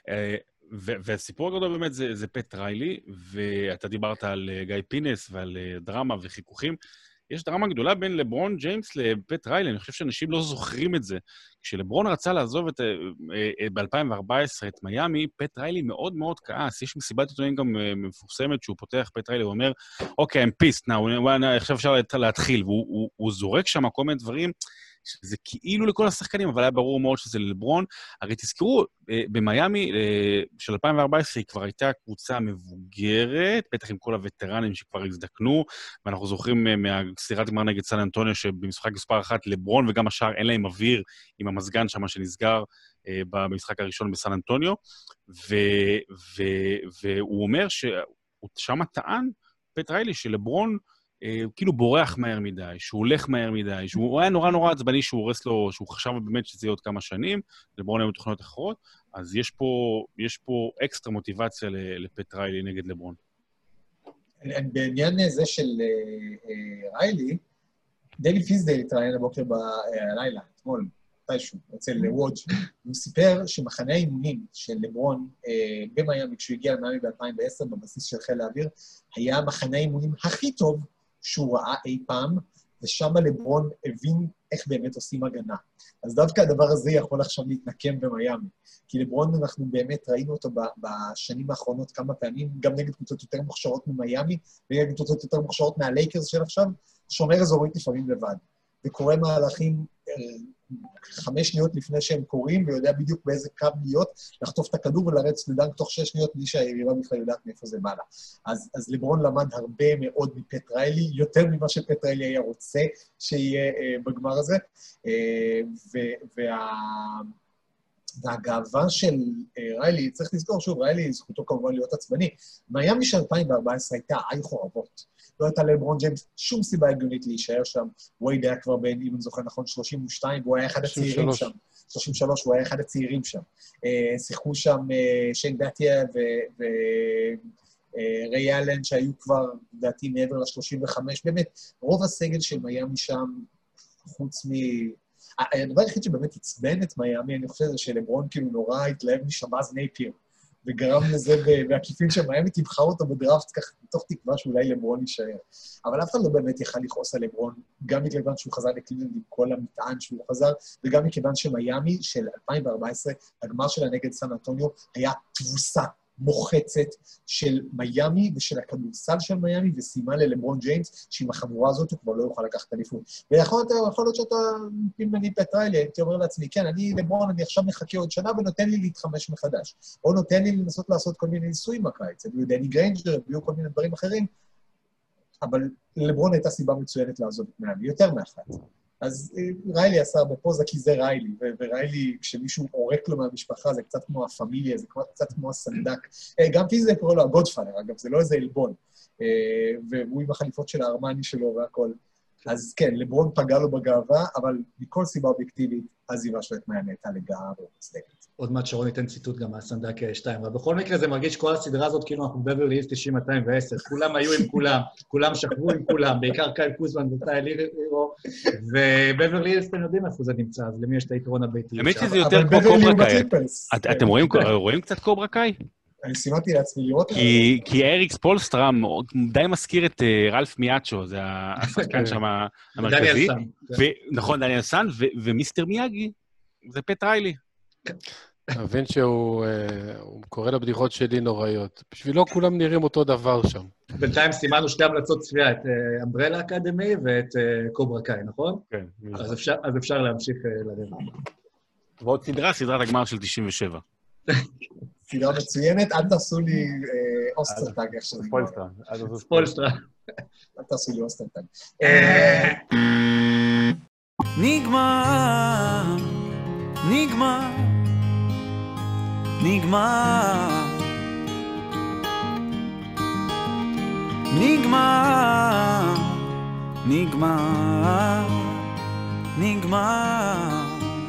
S7: והסיפור הגדול באמת זה פט ריילי, ואתה דיברת על גיא פינס ועל דרמה וחיכוכים. יש דרמה גדולה בין לברון ג'יימס לפט ריילי, אני חושב שאנשים לא זוכרים את זה. כשלברון רצה לעזוב ב-2014 את מיאמי, פט ריילי מאוד מאוד כעס. יש מסיבת עיתונאים גם מפורסמת שהוא פותח פט ריילי, הוא אומר, אוקיי, I'm pissed now, עכשיו אפשר להתחיל, והוא זורק שם כל מיני דברים, שזה כאילו לכל השחקנים, אבל היה ברור מאוד שזה לברון. הרי תזכרו, במיאמי של 2014 היא כבר הייתה קבוצה מבוגרת, בטח עם כל הווטרנים שכבר הזדקנו, ואנחנו זוכרים מהסדרת גמר נגד סן אנטוניו, שבמשחק מספר 1 לברון וגם השאר אין להם אוויר עם המזגן שם שנסגר במשחק הראשון בסן אנטוניו, והוא אומר שהוא שם טען, פט ריילי, שלברון הוא כאילו בורח מהר מדי, שהוא הולך מהר מדי, שהוא היה נורא נורא עצבני שהוא הורס לו, שהוא חשב באמת שזה יהיה עוד כמה שנים, לברון היו תוכניות אחרות, אז יש פה אקסטרה מוטיבציה לפט ריילי נגד לברון.
S5: בעניין זה של ריילי, דיילי פיזדייל התראיין הבוקר בלילה, אתמול, מתישהו, אצל וודג', הוא סיפר שמחנה האימונים של לברון במיאמי, כשהוא הגיע למיאמי ב-2010, בבסיס של חיל האוויר, היה מחנה האימונים הכי טוב שהוא ראה אי פעם, ושם לברון הבין איך באמת עושים הגנה. אז דווקא הדבר הזה יכול עכשיו להתנקם במיאמי, כי לברון אנחנו באמת ראינו אותו בשנים האחרונות כמה פעמים, גם נגד קבוצות יותר מוכשרות ממיאמי, ונגד קבוצות יותר מוכשרות מהלייקרס של עכשיו, שומר אזורית לפעמים לבד, וקורא מהלכים 5 שניות לפני שהם קוראים, ויודע בדיוק באיזה קו להיות, לחטוף את הכדור ולרץ לדנק תוך 6 שניות, בלי שהיריבה בכלל יודעת מאיפה זה בא לה. אז לברון למד הרבה מאוד מפט ריילי, יותר ממה שפט ריילי היה רוצה שיהיה בגמר הזה, והגאווה של ריילי, צריך לזכור שוב, ריילי זכותו כמובן להיות עצבני, מיאמי של 2014 הייתה עי חורבות. לא הייתה לברון ג'יימס שום סיבה הגיונית להישאר שם. וייד היה כבר בין, אם אני זוכר נכון, 32, והוא היה אחד הצעירים שם. 33, הוא היה אחד הצעירים שם. שיחקו שם שיין דאטיה וריי אלן, שהיו כבר, לדעתי, מעבר ל-35. באמת, רוב הסגל של מיאמי שם, חוץ מ... הדבר היחיד שבאמת הצבן את מיאמי, אני חושב, זה שלברון כאילו נורא התלהב משבאז נייפיר. וגרם לזה בעקיפין שמיאמי תבחר אותו בדראפט ככה, מתוך תקווה שאולי לברון יישאר. אבל אף אחד לא באמת יכל לכעוס על לברון, גם מכיוון שהוא חזר לקליבלנד עם כל המטען שהוא חזר, וגם מכיוון שמיאמי של 2014, הגמר שלה נגד סן אנטוניו, היה תבוסה מוחצת של מיאמי ושל הכדורסל של מיאמי, וסיימה ללברון ג'יימס, שעם החבורה הזאת הוא כבר לא יוכל לקחת אליפות. ויכול להיות שאתה מפני פט ריילי, הייתי אומר לעצמי, כן, אני לברון, אני עכשיו מחכה עוד שנה ונותן לי להתחמש מחדש. או נותן לי לנסות לעשות כל מיני ניסויים בקיץ, הביאו דני גריינג'ר, הביאו כל מיני דברים אחרים, אבל לברון הייתה סיבה מצוינת לעזוב את מיאמי, יותר מאחת. אז ריילי עשה בפוזה כי זה ריילי, וריילי, כשמישהו עורק לו מהמשפחה, זה קצת כמו הפמיליה, זה קצת כמו הסנדק. גם כי זה קורא לו הגודפאדר, אגב, זה לא איזה אלבון. והוא עם החליפות של הארמני שלו והכל. אז כן, לברון פגע לו בגאווה, אבל מכל סיבה אובייקטיבית, העזיבה שלו את מיאמי הייתה לגמרי מוצדקת.
S9: עוד מעט שרון ייתן ציטוט גם מהסנדק 2, אבל בכל מקרה זה מרגיש כל הסדרה הזאת כאילו אנחנו בברלי הילס 90-210, כולם היו עם כולם, כולם שכבו עם כולם, בעיקר קייל קוזמן וטייל לירו, ובברלי הילס אתם יודעים איפה זה נמצא, אז למי יש את היתרון הביתי?
S7: האמת שזה יותר כמו קוברה קאי. אתם רואים קצת קוברה קאי?
S5: אני סימנתי לעצמי לראות.
S7: כי אריקס פולסטרה די מזכיר את רלף מיאצ'ו, זה השחקן שם המרכזי. נכון, דניאל סן, ומיסטר מיאגי, זה פט ריילי.
S6: אני מבין שהוא קורא לבדיחות שלי נוראיות. בשבילו כולם נראים אותו דבר שם.
S9: בינתיים סימנו שתי המלצות צפייה, את אמברלה אקדמי ואת קוברה קאי, נכון?
S7: כן.
S9: אז אפשר להמשיך לראות.
S7: ועוד סדרת הגמר של 97.
S5: סדרה מצוינת, אל תעשו לי אוסטרטאג, איך שזה נגמר.
S9: ספוילסטרה.
S5: אל תעשו לי אוסטרטאג.
S8: נגמר, נגמר, נגמר, נגמר, נגמר, נגמר.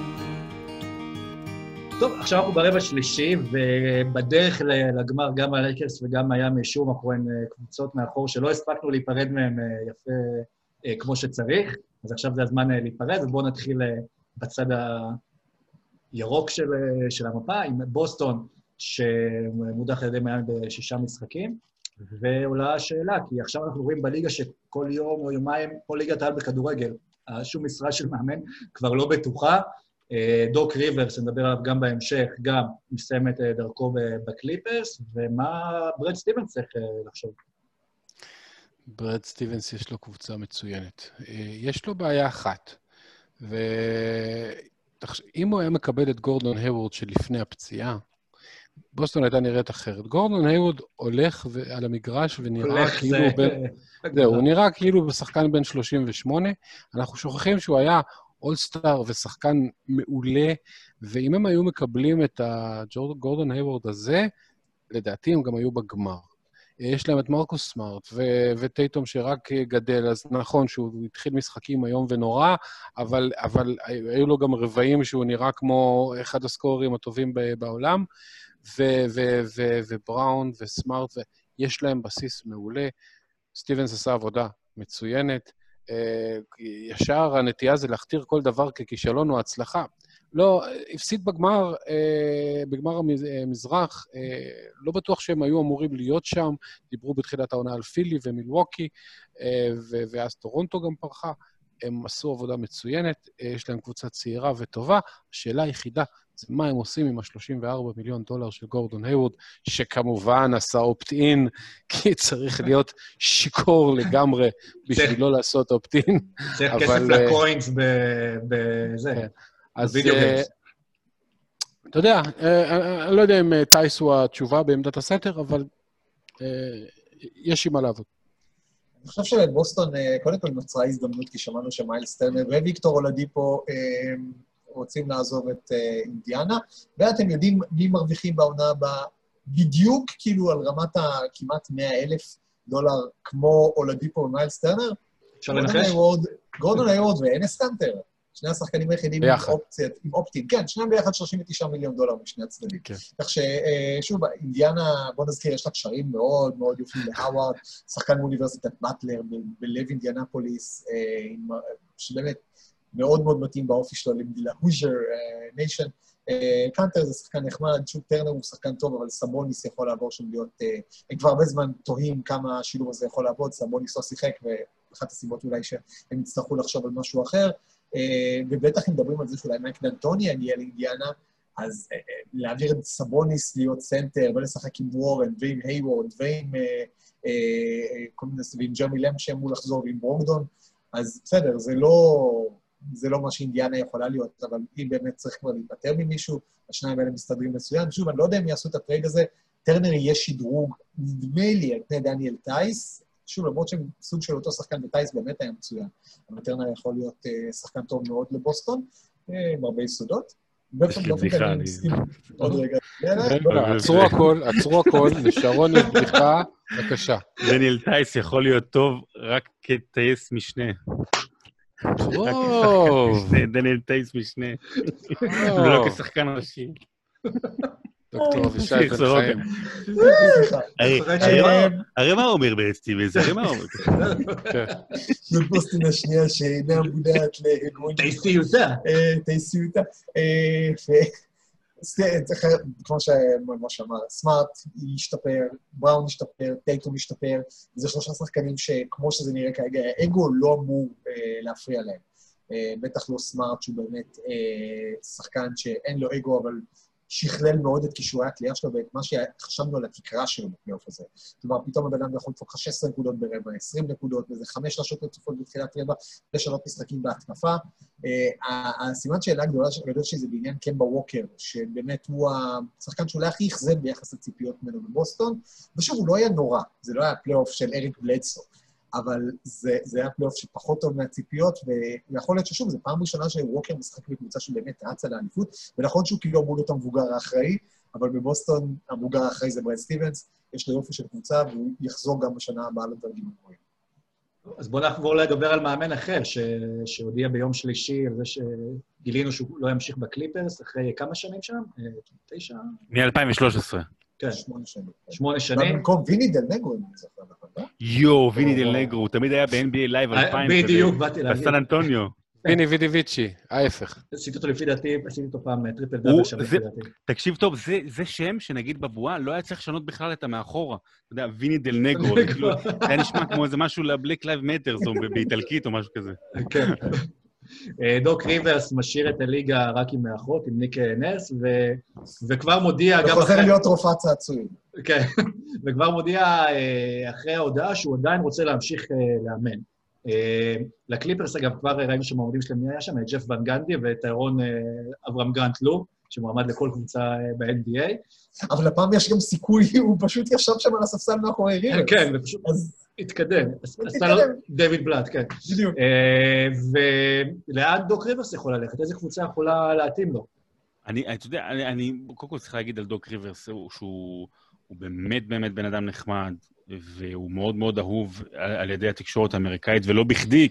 S9: טוב, עכשיו אנחנו ברבע שלישי, ובדרך לגמר גם הלייקרס וגם מיאמי שוב, אנחנו רואים קבוצות מאחור שלא הספקנו להיפרד מהם יפה כמו שצריך, אז עכשיו זה הזמן להיפרד, ובואו נתחיל בצד הירוק של המפה, עם בוסטון, שמודח על ידי מיאמי ב6 משחקים, ועולה השאלה, כי עכשיו אנחנו רואים בליגה שכל יום או יומיים, כל ליגת העל בכדורגל, שום משרה של מאמן כבר לא בטוחה, דוק ריברס, נדבר עליו גם בהמשך, גם מסיים את דרכו בקליפרס, ומה ברד סטיבנס צריך לחשוב?
S6: ברד סטיבנס יש לו קבוצה מצוינת. יש לו בעיה אחת, ואם הוא היה מקבל את גורדון היוורד שלפני הפציעה, בוסטון הייתה נראית אחרת. גורדון היוורד הולך על המגרש ונראה כאילו... הוא נראה כאילו בשחקן בן 38, אנחנו שוכחים שהוא היה אולסטאר ושחקן מעולה, ואם הם היו מקבלים את הגורדון היוורד הזה, לדעתי הם גם היו בגמר. יש להם את מרקוס סמארט וטייטום שרק גדל, אז נכון שהוא התחיל משחקים היום ונורא, אבל היו לו גם רבעים שהוא נראה כמו אחד הסקוררים הטובים בעולם, ובראון וסמארט, ויש להם בסיס מעולה. סטיבנס עשה עבודה מצוינת, ישר הנטייה זה להכתיר כל דבר ככישלון או הצלחה. לא, הפסיד בגמר המזרח, לא בטוח שהם היו אמורים להיות שם, דיברו בתחילת העונה על פילי ומילווקי, ואז טורונטו גם פרחה, הם עשו עבודה מצוינת, יש להם קבוצה צעירה וטובה, השאלה היחידה זה מה הם עושים עם $34 מיליון של גורדון היוורד, שכמובן עשה אופט-אין, כי צריך להיות שיקור לגמרי בשביל לא לעשות אופט-אין.
S9: צריך כסף לקוינס בזה.
S6: אז אתה יודע, אני לא יודע אם טייס הוא התשובה בעמדת הסתר, אבל יש עם מה לעבוד.
S5: אני חושב שבוסטון, קודם כל נוצרה הזדמנות, כי שמענו שמיילס טרנר וויקטור אולדיפו רוצים לעזוב את אינדיאנה, ואתם יודעים מי מרוויחים בעונה הבאה בדיוק, כאילו על רמת כמעט $100,000 כמו אולדיפו ומיילס טרנר? גורדון היוורד ואנס קנטר. שני השחקנים היחידים עם אופטין. כן, שניהם ביחד $39 מיליון משני הצדדים. כך ששוב, אינדיאנה, בוא נזכיר, יש לה קשרים מאוד מאוד יופים להווארד, שחקן מאוניברסיטת באטלר בלב אינדיאנפוליס, שבאמת מאוד מאוד מתאים באופי שלו להוז'ר ניישן. קנטר זה שחקן נחמד, שוב טרנר הוא שחקן טוב, אבל סבוניס יכול לעבור שם להיות... הם כבר הרבה זמן תוהים כמה השילוב הזה יכול לעבוד, סבוניס לא שיחק, ואחת הסיבות אולי שהם יצטרכו לחשוב על משהו אחר. ובטח אם מדברים על זה שאולי מייק ד'אנטוני יגיע לאינדיאנה, אז להעביר את סבוניס להיות סנטר, ולשחק עם וורן, ועם היוורד, ועם ג'רמי לם שאמור לחזור, ועם ברוקדון, אז בסדר, זה לא מה שאינדיאנה יכולה להיות, אבל אם באמת צריך כבר להיפטר ממישהו, השניים האלה מסתדרים מצוין. שוב, אני לא יודע אם יעשו את הטרייד הזה, טרנר יהיה שדרוג, נדמה לי, על פני דניאל טייס, שוב, למרות שהם סוג של אותו שחקן בטייס באמת היה מצוין. אבל טרנר יכול להיות שחקן טוב מאוד לבוסטון, עם הרבה יסודות.
S7: יש לי בדיחה, אני...
S5: עוד רגע.
S6: עצרו הכל, לשרון יש בדיחה, בבקשה.
S7: דניאל טייס יכול להיות טוב רק כטייס משנה.
S6: טוב.
S7: דניאל טייס משנה. ולא כשחקן ראשי.
S6: דוקטור אבישי בן חיים.
S5: סליחה.
S7: הרי מה אומר בסטיבנס? הרי מה אומר?
S5: זאת בוסטון השנייה שאינה מודעת להגמוניה. טייסיותה. כמו שאמר, סמארט ישתפר, בראון ישתפר, טייטום ישתפר, זה 3 שחקנים שכמו שזה נראה כרגע, האגו לא אמור להפריע להם. בטח לא סמארט, שהוא באמת שחקן שאין לו אגו, אבל שכלל מאוד את כישורי הקליעה שלו, ואת מה שחשבנו על התקרה שלו בפלייאוף הזה. כלומר, פתאום הבן אדם יכול לדפוק 16 נקודות ברבע, 20 נקודות, וזה 5 שלשות רצופות בתחילת רבע, לשנות משחקים בהתקפה. הסימן שאלה הגדולה שלי זה בעניין קמבה ווקר, שבאמת הוא השחקן שאולי הכי אכזב ביחס לציפיות ממנו בבוסטון, ושוב, הוא לא היה נורא, זה לא היה פלייאוף של אריק בלדסו, אבל זה היה פלייאוף שפחות טוב מהציפיות, ויכול להיות ששוב, זו פעם ראשונה שווקר משחק בקבוצה שהוא באמת רצה לאליפות, ונכון שהוא כאילו אמור להיות המבוגר האחראי, אבל בבוסטון המבוגר האחראי זה ברד סטיבנס, יש לו יופי של קבוצה, והוא יחזור גם בשנה הבאה לדרגים הגבוהים.
S9: אז בואו נעבור לדבר על מאמן אחר, שהודיע ביום שלישי על זה שגילינו שהוא לא ימשיך בקליפרס, אחרי כמה שנים שם? 9?
S7: מ-2013.
S9: כן.
S5: 8 שנים.
S9: 8 שנים.
S5: במקום ויני דל נגרו, אני זוכר לך,
S7: יו, ויני דל נגרו, הוא תמיד היה ב-NBA Live 2000.
S9: בדיוק, באתי להגיד.
S7: בסן אנטוניו.
S6: ויני וידיביצ'י, ההפך.
S9: עשיתי אותו לפי דעתי, עשיתי אותו פעם טריפל דאבל שם לפי דעתי.
S7: תקשיב טוב, זה שם שנגיד בבועה, לא היה צריך לשנות בכלל את המאחורה. אתה יודע, ויני דל נגרו, זה היה נשמע כמו איזה משהו לבלק לייב מטרס, או באיטלקית או משהו כזה.
S9: כן. דוק ריברס משאיר את הליגה רק עם מאחות, עם ניק נס, וכבר מודיע...
S5: וחוזר להיות רופאת צעצועים.
S9: כן, וכבר מודיע אחרי ההודעה שהוא עדיין רוצה להמשיך לאמן. לקליפרס, אגב, כבר ראינו שמועמדים שלהם מי היה שם, ג'ף ון גנדי וטיירון אברהם גרנט לו, שמועמד לכל קבוצה ב-NBA.
S5: אבל הפעם יש גם סיכוי, הוא פשוט ישב שם על הספסל מאחורי ריברס.
S9: כן, ופשוט התקדם. עשה לו דיוויד בלאט, כן.
S5: בדיוק.
S9: ולאן דוק ריברס יכול ללכת? איזה קבוצה יכולה להתאים לו?
S7: אתה יודע, אני קודם כל צריך להגיד על דוק ריברס, שהוא באמת באמת בן אדם נחמד, והוא מאוד מאוד אהוב על ידי התקשורת האמריקאית, ולא בכדי,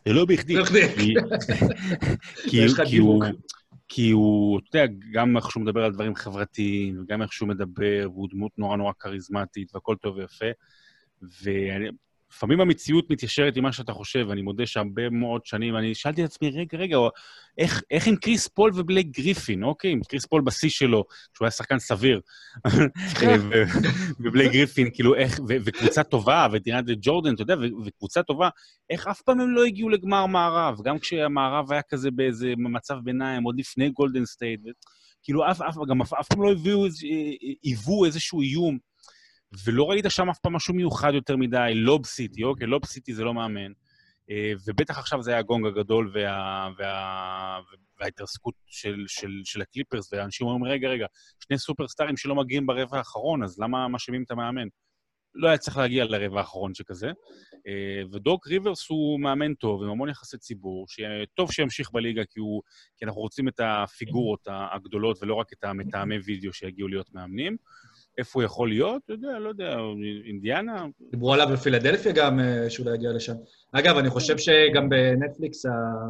S7: כי הוא, אתה יודע, גם איך שהוא מדבר על דברים חברתיים, וגם איך שהוא מדבר, והוא דמות נורא נורא כריזמטית, והכל טוב ויפה, לפעמים המציאות מתיישרת עם מה שאתה חושב, ואני מודה שהרבה מאוד שנים, אני שאלתי את עצמי, רגע, איך עם קריס פול ובלייק גריפין, אוקיי? עם קריס פול בשיא שלו, כשהוא היה שחקן סביר, ובלייק גריפין, כאילו איך, וקבוצה טובה, ודיאנדרה ג'ורדן, אתה יודע, וקבוצה טובה, איך אף פעם הם לא הגיעו לגמר מערב, גם כשהמערב היה כזה באיזה מצב ביניים, עוד לפני גולדן סטייט, כאילו אף פעם לא היוו איזשהו איום, ולא ראית שם אף פעם משהו מיוחד יותר מדי, לוב סיטי, אוקיי, לוב סיטי זה לא מאמן, ובטח עכשיו זה היה הגונג הגדול וההתרסקות של הקליפרס, ואנשים אומרים, רגע, 2 סופרסטארים שלא מגיעים ברבע האחרון, אז למה מאשימים את המאמן? לא היה צריך להגיע לרבע האחרון שכזה, ודוק ריברס הוא מאמן טוב, עם המון יחסי ציבור, שטוב שימשיך בליגה, כי אנחנו רוצים את הפיגורות הגדולות, ולא רק את המתאמי וידאו שיגיעו להיות מאמנים, איפה הוא יכול להיות? לא יודע, אינדיאנה?
S9: דיברו עליו בפילדלפיה גם, שהוא לא יגיע לשם. אגב, אני חושב שגם בנטפליקס,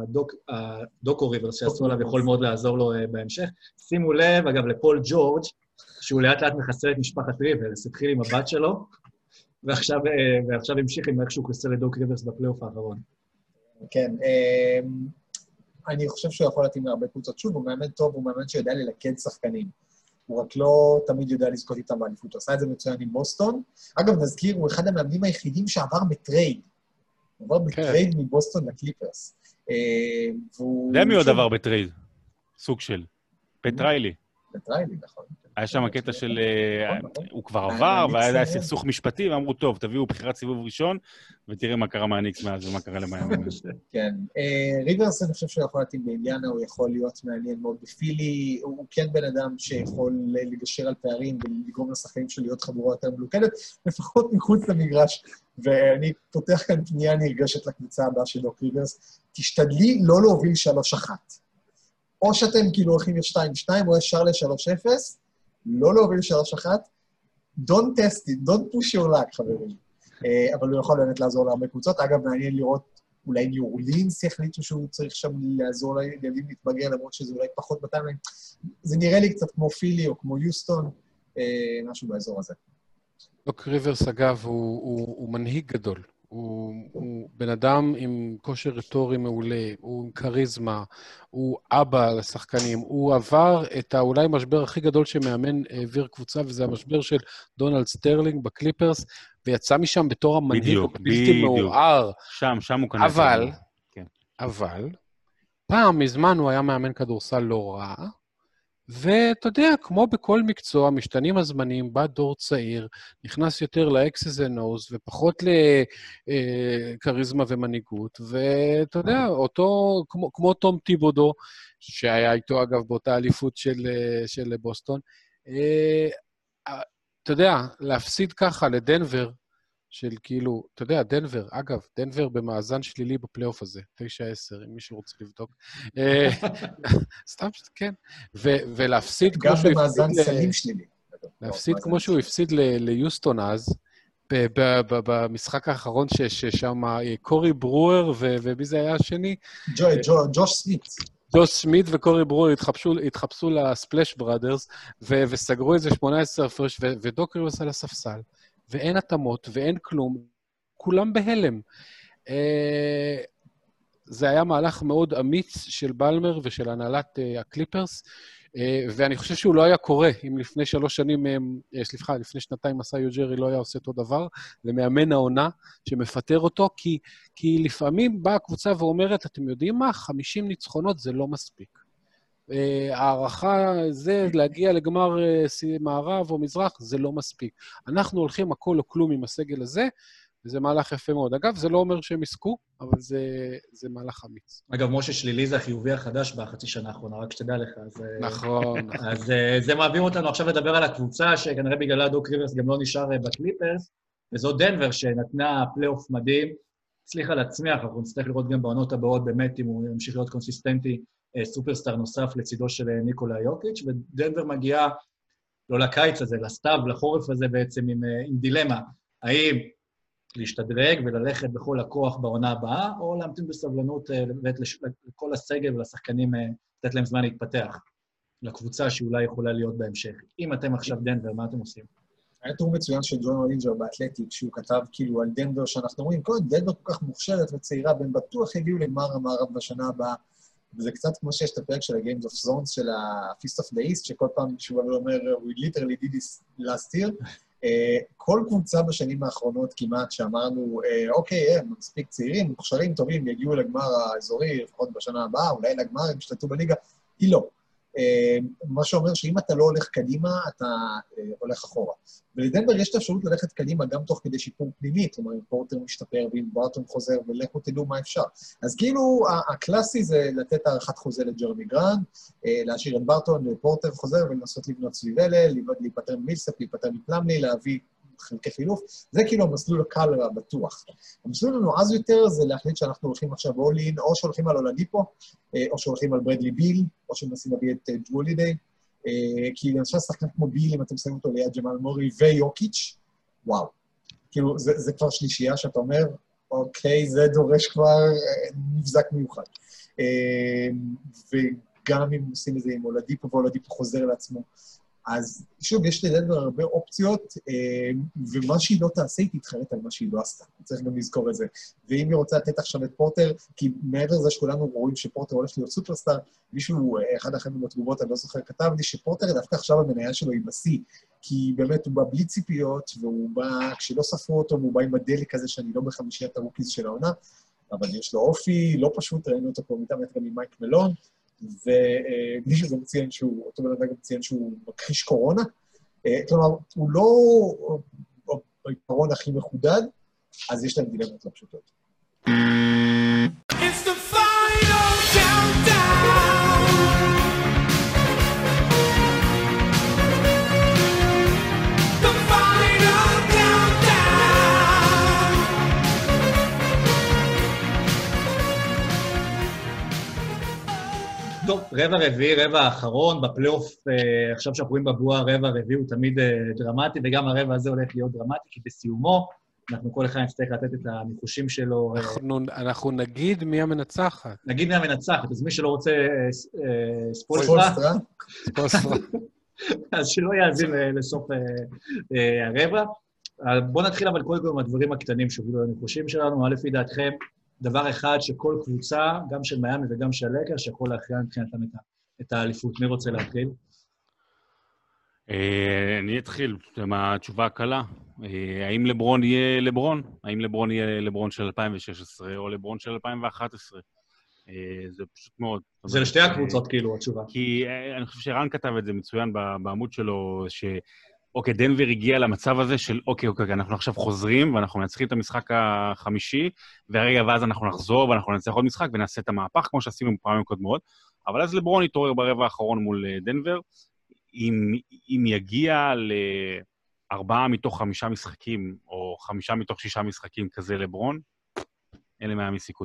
S9: הדוקו ריברס שעשו עליו יכול מאוד לעזור לו בהמשך. שימו לב, אגב, לפול ג'ורג', שהוא לאט לאט מחסל את משפחת ריברס, התחיל עם הבת שלו, ועכשיו המשיך עם איך שהוא חסל את דוק ריברס בפלייאוף האחרון.
S5: כן, אני חושב שהוא יכול להתאים להרבה קבוצות. שוב, הוא מאמן טוב, הוא מאמן שיודע ללכד שחקנים. הוא רק לא תמיד יודע לזכות איתם באליפות. הוא עשה את זה מצוין עם בוסטון. אגב, נזכיר, הוא אחד המאמנים היחידים שעבר בטרייד. הוא עבר בטרייד מבוסטון לקליפרס.
S7: למי עוד עבר בטרייד? סוג של. פטריילי.
S5: פטריילי, נכון.
S7: היה שם הקטע של... הוא כבר עבר, והיה סכסוך משפטי, ואמרו, טוב, תביאו בחירת סיבוב ראשון, ותראה מה קרה מהניקס מאז ומה קרה למיאמי.
S5: כן. ריברס, אני חושב שהוא יכול להתאים באינדיאנה, הוא יכול להיות מעניין מאוד בפילי, הוא כן בן אדם שיכול לגשר על פערים ולגרום לשחקנים שלו להיות חבורה יותר מלוכדת, לפחות מחוץ למגרש, ואני פותח כאן פנייה נרגשת לקבוצה הבאה של דוק ריברס, תשתדלי לא להוביל 3-1. או שאתם כאילו הולכים ל-2-2, או ישר ל-3-0, לא להוביל 3-1, don't test it, don't push your luck, חברים. אבל הוא יכול באמת לעזור להרבה קבוצות. אגב, מעניין לראות אולי ניו אורלינס יחליטו שהוא צריך שם לעזור לילדים להתבגר, למרות שזה אולי פחות בטיימליין. זה נראה לי קצת כמו פילי או כמו יוסטון, משהו באזור הזה.
S6: דוק ריברס, אגב, הוא מנהיג גדול. הוא בן אדם עם כושר רטורי מעולה, הוא עם קריזמה, הוא אבא לשחקנים, הוא עבר את אולי המשבר הכי גדול שמאמן העביר קבוצה, וזה המשבר של דונלד סטרלינג בקליפרס, ויצא משם בתור המנהיג הבלתי מעורער.
S7: שם הוא כנראה.
S6: אבל, פעם מזמן הוא היה מאמן כדורסל לא רע, ואתה יודע, כמו בכל מקצוע, משתנים הזמנים, בא דור צעיר, נכנס יותר ל-X's and O's, ופחות לקריזמה ומנהיגות, ואתה יודע, אותו, כמו תום טיבודו, שהיה איתו אגב באותה אליפות של בוסטון, אתה יודע, להפסיד ככה לדנבר, של כאילו, אתה יודע, דנבר, אגב, דנבר במאזן שלילי בפלייאוף הזה, 9-10, אם מישהו רוצה לבדוק. סתם, כן. ולהפסיד כמו שהוא
S5: הפסיד... גם במאזן סלים שלילי.
S6: להפסיד כמו שהוא הפסיד ליוסטון אז, במשחק האחרון ששם קורי ברואר, ומי זה היה השני?
S5: ג'וש סמית.
S6: ג'וש סמית וקורי ברואר התחפשו לספלש בראדרס, וסגרו איזה 18 הפרש, ודוק ריברס על הספסל. ואין התאמות, ואין כלום, כולם בהלם. זה היה מהלך מאוד אמיץ של בלמר ושל הנהלת הקליפרס, ואני חושב שהוא לא היה קורה, אם לפני 3 שנים, לפני שנתיים מסע יוג'רי לא היה עושה אותו דבר, למאמן העונה שמפטר אותו, כי לפעמים באה הקבוצה ואומרת, אתם יודעים מה? 50 ניצחונות זה לא מספיק. הערכה זה להגיע לגמר מערב או מזרח, זה לא מספיק. אנחנו הולכים הכל או כלום עם הסגל הזה, וזה מהלך יפה מאוד. אגב, זה לא אומר שהם עסקו, אבל זה מהלך אמיץ.
S9: אגב, משה שלילי זה החיובי החדש בחצי שנה האחרונה, רק שתדע לך.
S6: נכון.
S9: אז זה מעביר אותנו עכשיו לדבר על הקבוצה, שכנראה בגללה דוק ריברס גם לא נשאר בקליפרס, וזו דנבר שנתנה פלייאוף מדהים, הצליחה להצמיח, אנחנו נצטרך לראות גם בעונות הבאות, באמת, אם הוא ימשיך להיות קונסיסטנטי, סופרסטאר נוסף לצידו של ניקולה יוקיץ', ודנבר מגיעה לא לקיץ הזה, לסתיו, לחורף הזה בעצם עם דילמה, האם להשתדרג וללכת בכל הכוח בעונה הבאה, או להמתין בסבלנות לכל הסגל ולשחקנים, לתת להם זמן להתפתח לקבוצה שאולי יכולה להיות בהמשך. אם אתם עכשיו דנבר, מה אתם עושים?
S5: היה תיאור מצוין של ג'ון אולינג'ר באתלטיק, שהוא כתב כאילו על דנבר, שאנחנו רואים, כל דנבר כל כך מוכשרת וצעירה, והם בטוח הגיעו לגמר המערב בשנה הבאה, וזה קצת כמו שיש את הפרק של ה-Games of Zones של ה-Feast of the East, שכל פעם מישהו אומר, we literally did this last year. כל קבוצה בשנים האחרונות כמעט שאמרנו, אוקיי, הם מספיק צעירים, מוכשרים, טובים, יגיעו לגמר האזורי, לפחות בשנה הבאה, אולי לגמר, הם ישתתו בליגה, היא לא. מה שאומר שאם אתה לא הולך קדימה, אתה הולך אחורה. ולדנבר יש את האפשרות ללכת קדימה גם תוך כדי שיפור פנימי, זאת אומרת, פורטר משתפר ואם ברטון חוזר ולכו תדעו מה אפשר. אז כאילו הקלאסי זה לתת הערכת חוזה לג'רמי גרנט, להשאיר את ברטון ופורטר חוזר ולנסות לבנות סביב אלה, להיפטר ממילסאפ, להיפטר מפלמלי, להביא חלקי חילוף, זה כאילו המסלול הקל והבטוח. המסלול הנועז יותר זה להחליט שאנחנו הולכים עכשיו אולין, או שהולכים על אולדיפו, או שהולכים על ברדלי ביל, או שמנסים להביא את ג'וולידיי, כי למשל שחקן כמו ביל, אם אתם שמים אותו ליד ג'מאל מורי ויוקיץ', וואו. כאילו, זה כבר שלישייה שאתה אומר, אוקיי, זה דורש כבר מבזק מיוחד. וגם אם עושים את זה עם אולדיפו, ואולדיפו חוזר לעצמו, אז שוב, יש לדנבר הרבה אופציות, ומה שהיא לא תעשה, היא תתחרט על מה שהיא לא עשתה. צריך גם לזכור את זה. ואם היא רוצה לתת עכשיו את פורטר, כי מעבר לזה שכולנו רואים שפורטר הולך להיות סופרסטאר, מישהו, אחד החיים בתגובות, אני לא זוכר, כתב לי שפורטר דווקא עכשיו המניה שלו היא בשיא, כי באמת הוא בא בלי ציפיות, והוא בא, כשלא ספרו אותו, והוא בא עם הדלק הזה שאני לא בחמישיית הרוקיז של העונה, אבל יש לו אופי, לא פשוט, ראינו אותו פה מתאמת גם עם מייק מלון, ובלי שזה מציין שהוא, אותו בן אדם גם מציין שהוא מכחיש קורונה, כלומר, הוא לא בעיקרון הכי מחודד, אז יש להם דילמות לא פשוטות. It's the final countdown. The final countdown.
S9: טוב, רבע רביעי, רבע האחרון, בפלייאוף, עכשיו שאנחנו רואים בבועה, רבע רביעי הוא תמיד דרמטי, וגם הרבע הזה הולך להיות דרמטי, כי בסיומו אנחנו כל אחד נצטרך לתת את הניחושים שלו.
S6: אנחנו נגיד מי המנצחת.
S9: נגיד מי המנצחת, אז מי שלא רוצה ספולסטרה, אז שלא יאזין לסוף הרבע. בואו נתחיל אבל קודם כל עם הדברים הקטנים שהובילו לניחושים שלנו. לפי דעתכם, דבר אחד שכל קבוצה, גם של מיאמי וגם של הלייקרס, שיכול להכריע מבחינתם את האליפות. מי רוצה להתחיל?
S7: אני אתחיל עם התשובה הקלה. האם לברון יהיה לברון? האם לברון יהיה לברון של 2016 או לברון של 2011? זה פשוט מאוד.
S9: זה לשתי הקבוצות כאילו, התשובה.
S7: כי אני חושב שרן כתב את זה מצוין בעמוד שלו, אוקיי, דנבר הגיע למצב הזה של, אוקיי, אנחנו עכשיו חוזרים, ואנחנו מנצחים את המשחק החמישי, והרגע ואז אנחנו נחזור, ואנחנו ננצח עוד משחק, ונעשה את המהפך, כמו שעשינו פעמים קודמות. אבל אז לברון יתעורר ברבע האחרון מול דנבר, אם יגיע ל4 מתוך 5 משחקים, או 5 מתוך 6 משחקים כזה לברון, אין למה מסיכוי.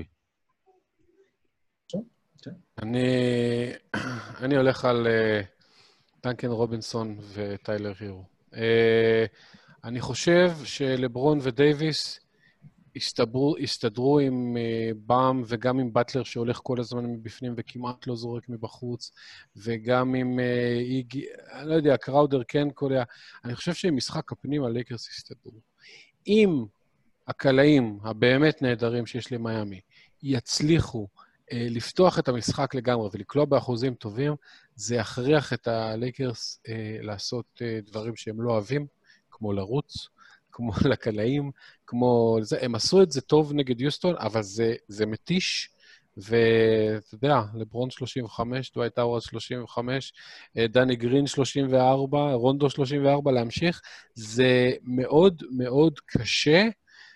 S6: אני הולך על דנקן רובינסון וטיילר הירו. אני חושב שלברון ודייביס הסתדרו עם באם וגם עם בטלר שהולך כל הזמן מבפנים וכמעט לא זורק מבחוץ, וגם עם איגי, אני לא יודע, קראודר כן קולע. אני חושב שעם משחק הפנים הלייקרס הסתדרו. אם הקלעים הבאמת נהדרים שיש למיימי יצליחו לפתוח את המשחק לגמרי ולקלוע באחוזים טובים, זה יכריח את הלייקרס לעשות דברים שהם לא אוהבים, כמו לרוץ, כמו לקלעים, כמו זה. הם עשו את זה טוב נגד יוסטון, אבל זה מתיש, ואתה יודע, לברון 35, דווייט האוורד 35, דני גרין 34, רונדו 34, להמשיך. זה מאוד מאוד קשה,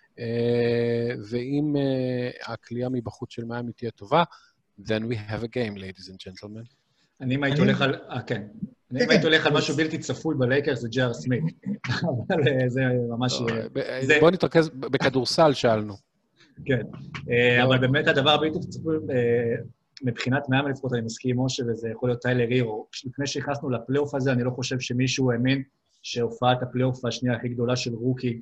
S6: ואם הקליעה מבחוץ של מיאמי תהיה טובה, then we have a game, ladies and gentlemen.
S9: אני אם הייתי הולך על... כן. אני אם הייתי הולך על משהו בלתי צפוי בלייקרס, זה ג'אר סמית. אבל זה ממש...
S6: בוא נתרכז בכדורסל, שאלנו.
S9: כן. אבל באמת הדבר הבלתי צפוי, מבחינת מיאמי לפחות, אני מסכים עם משה, וזה יכול להיות טיילר הירו. לפני שהכנסנו לפלייאוף הזה, אני לא חושב שמישהו האמין שהופעת הפלייאוף השנייה הכי גדולה של רוקי,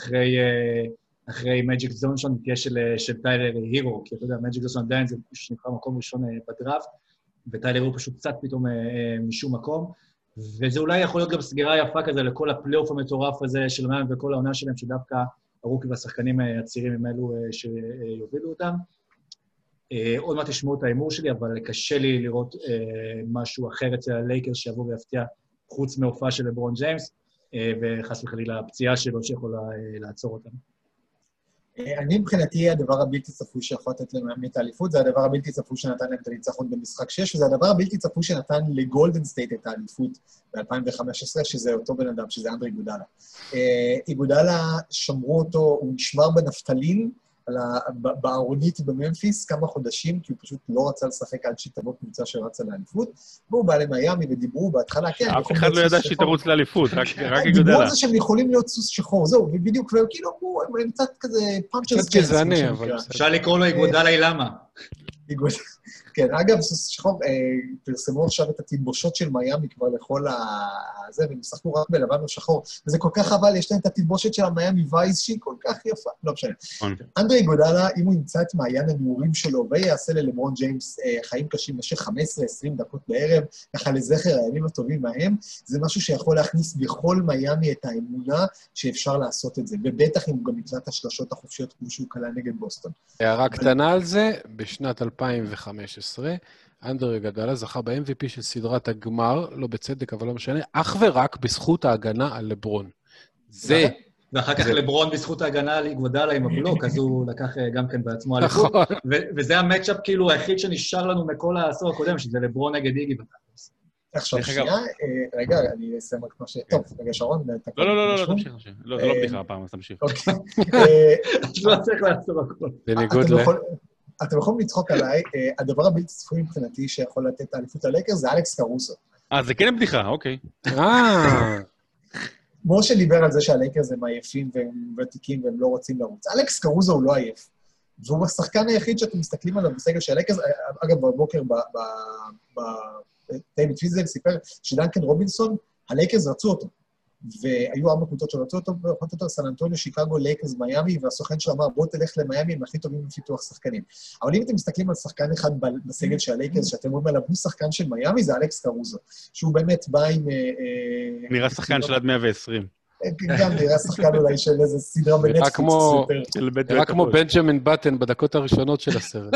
S9: אחרי מג'יק זונסון, תהיה של טיילר הירו, כי אתה יודע, מג'יק זונסון עדיין זה שנקרא מקום ראשון בדראפט, וטיילר הירו פשוט קצת פתאום משום מקום, וזה אולי יכול להיות גם סגירה יפה כזה לכל הפלייאוף המטורף הזה של מיאמי וכל העונה שלהם, שדווקא הרוקי והשחקנים הצעירים הם אלו שיובילו אותם. עוד מעט תשמעו את האימור שלי, אבל קשה לי לראות משהו אחר אצל הלייקרס שיבוא ויפתיע חוץ מהופעה של לברון ג'יימס, וחס וחלילה הפציעה שלו שיכולה לעצור אותם.
S5: אני מבחינתי, הדבר הבלתי צפוי שיכול לתת להם את האליפות, זה הדבר הבלתי צפוי שנתן להם את הניצחון במשחק 6, וזה הדבר הבלתי צפוי שנתן לגולדן סטייט את האליפות ב-2015, שזה אותו בן אדם, שזה אנדרי גודלה. גודלה, שמרו אותו, הוא נשמר בנפטלין, בארונית בממפיס כמה חודשים, כי הוא פשוט לא רצה לשחק עד שתבוא קבוצה שרצה לאליפות, והוא בא למיימי ודיברו בהתחלה, כן,
S7: אף אחד לא ידע שהיא תרוץ לאליפות, רק גודלה.
S5: דיברו על זה שהם יכולים להיות סוס שחור, זהו, ובדיוק, וכאילו אמרו, הם קצת כזה פאנצ'רס צ'אנס.
S6: גזעני, אבל...
S9: אפשר לקרוא לו גודלה למה.
S5: כן, אגב, סוס שחור, פרסמו עכשיו את התלבושות של מיאמי כבר לכל הזה, והם שחקו רק בלבן או שחור, וזה כל כך חבל, יש להם את התלבושת של המיאמי וייז, שהיא כל כך יפה, לא משנה. אנדרי גודלה, אם הוא ימצא את מעיין הנעורים שלו, ויעשה ללברון ג'יימס חיים קשים במשך 15-20 דקות בערב, ככה לזכר הימים הטובים מהם, זה משהו שיכול להכניס בכל מיאמי את האמונה שאפשר לעשות את זה, ובטח אם הוא גם יתלה את השלשות החופשיות כמו שהוא קלה נגד בוסטון.
S6: הערה קטנה על זה, בשנת 2015, אנדרי גודלה זכה ב-MVP של סדרת הגמר, לא בצדק, אבל לא משנה, אך ורק בזכות ההגנה על לברון. זה...
S9: ואחר כך לברון בזכות ההגנה על גודלה עם הבלוק, אז הוא לקח גם כן בעצמו אליפות. וזה המאצ'אפ כאילו היחיד שנשאר לנו מכל העשור הקודם, שזה לברון נגד איגי בתכלס.
S5: עכשיו, שנייה, רגע, אני אסיים רק כמו ש... טוב, רגע, שרון,
S7: לא, תמשיך. לא, זה לא בדיחה הפעם, אז תמשיך.
S9: לא צריך לעצור הכל.
S6: בניגוד ל...
S5: אתם יכולים לצחוק עליי, הדבר הבלתי צפוי מבחינתי שיכול לתת את האליפות ללייקרס זה אלכס קרוסו.
S7: זה כן בדיחה, אוקיי.
S5: משה דיבר על זה שהלייקרס הם עייפים והם ותיקים והם לא רוצים לרוץ. אלכס קרוסו הוא לא עייף. והוא השחקן היחיד שאתם מסתכלים עליו בסגל של הלייקרס, אגב, בבוקר דייוויד פיזל סיפר שדנקן רובינסון, הלייקרס רצו אותו. והיו 4 קבוצות שרצו אותו, ופחות או יותר סן אנטוניו, שיקגו, לייקרס, מיאמי, והסוכן שלו אמר, בוא תלך למיאמי, הם הכי טובים בפיתוח שחקנים. אבל אם אתם מסתכלים על שחקן אחד בסגל של הלייקרס, שאתם רואים עליו, הוא שחקן של מיאמי, זה אלכס קרוזו, שהוא באמת בא עם...
S7: נראה שחקן של עד 120.
S5: גם נראה שחקן אולי של איזה סדרה בנטפליקס.
S6: נראה כמו בנג'מין בטן בדקות הראשונות של הסרט.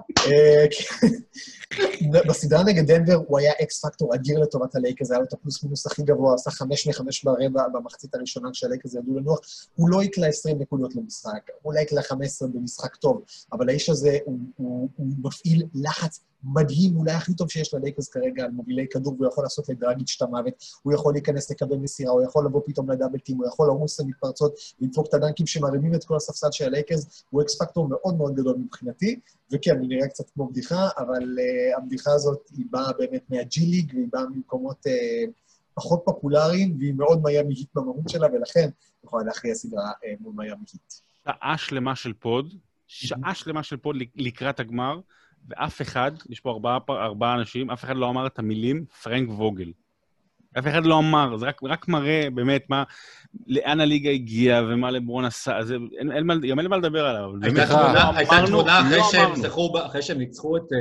S5: בסדרה נגד דנבר הוא היה אקס פקטור אדיר לטובת הלייקרס, היה לו את הפלוס מינוס הכי גבוה, עשה 5 מ-5 ברבע במחצית הראשונה כשהלייקרס ידעו לנוח, הוא לא יקלה 20 נקודות למשחק, הוא לא יקלה 15 במשחק טוב, אבל האיש הזה הוא מפעיל לחץ מדהים, אולי הכי טוב שיש ללייקרס כרגע על מובילי כדור, והוא יכול לעשות לדרגיץ' את המוות, הוא יכול להיכנס לקבל מסירה, הוא יכול לבוא פתאום לדאבל טים, הוא יכול לרוץ למתפרצות, לדפוק את הדנקים שמרימים את כל הספסל של הלייקרס, הוא אקס פקטור מאוד מאוד גדול מבחינתי, וכן, הוא נראה קצת כמו בדיחה, אבל הבדיחה הזאת היא באה באמת מהג'י ליג, והיא באה ממקומות פחות פופולריים, והיא מאוד מיאמי היט במהות שלה, ולכן יכולה להכריע סדרה מול מיאמי היט.
S7: שעה שלמה של פוד לקראת הגמר, ואף אחד, יש פה 4 אנשים, אף אחד לא אמר את המילים פרנק ווגל. אף אחד לא אמר, זה רק מראה באמת לאן הליגה הגיעה ומה לברון עשה, גם אין מה לדבר עליו.
S9: הייתה תמונה אחרי שהם ניצחו את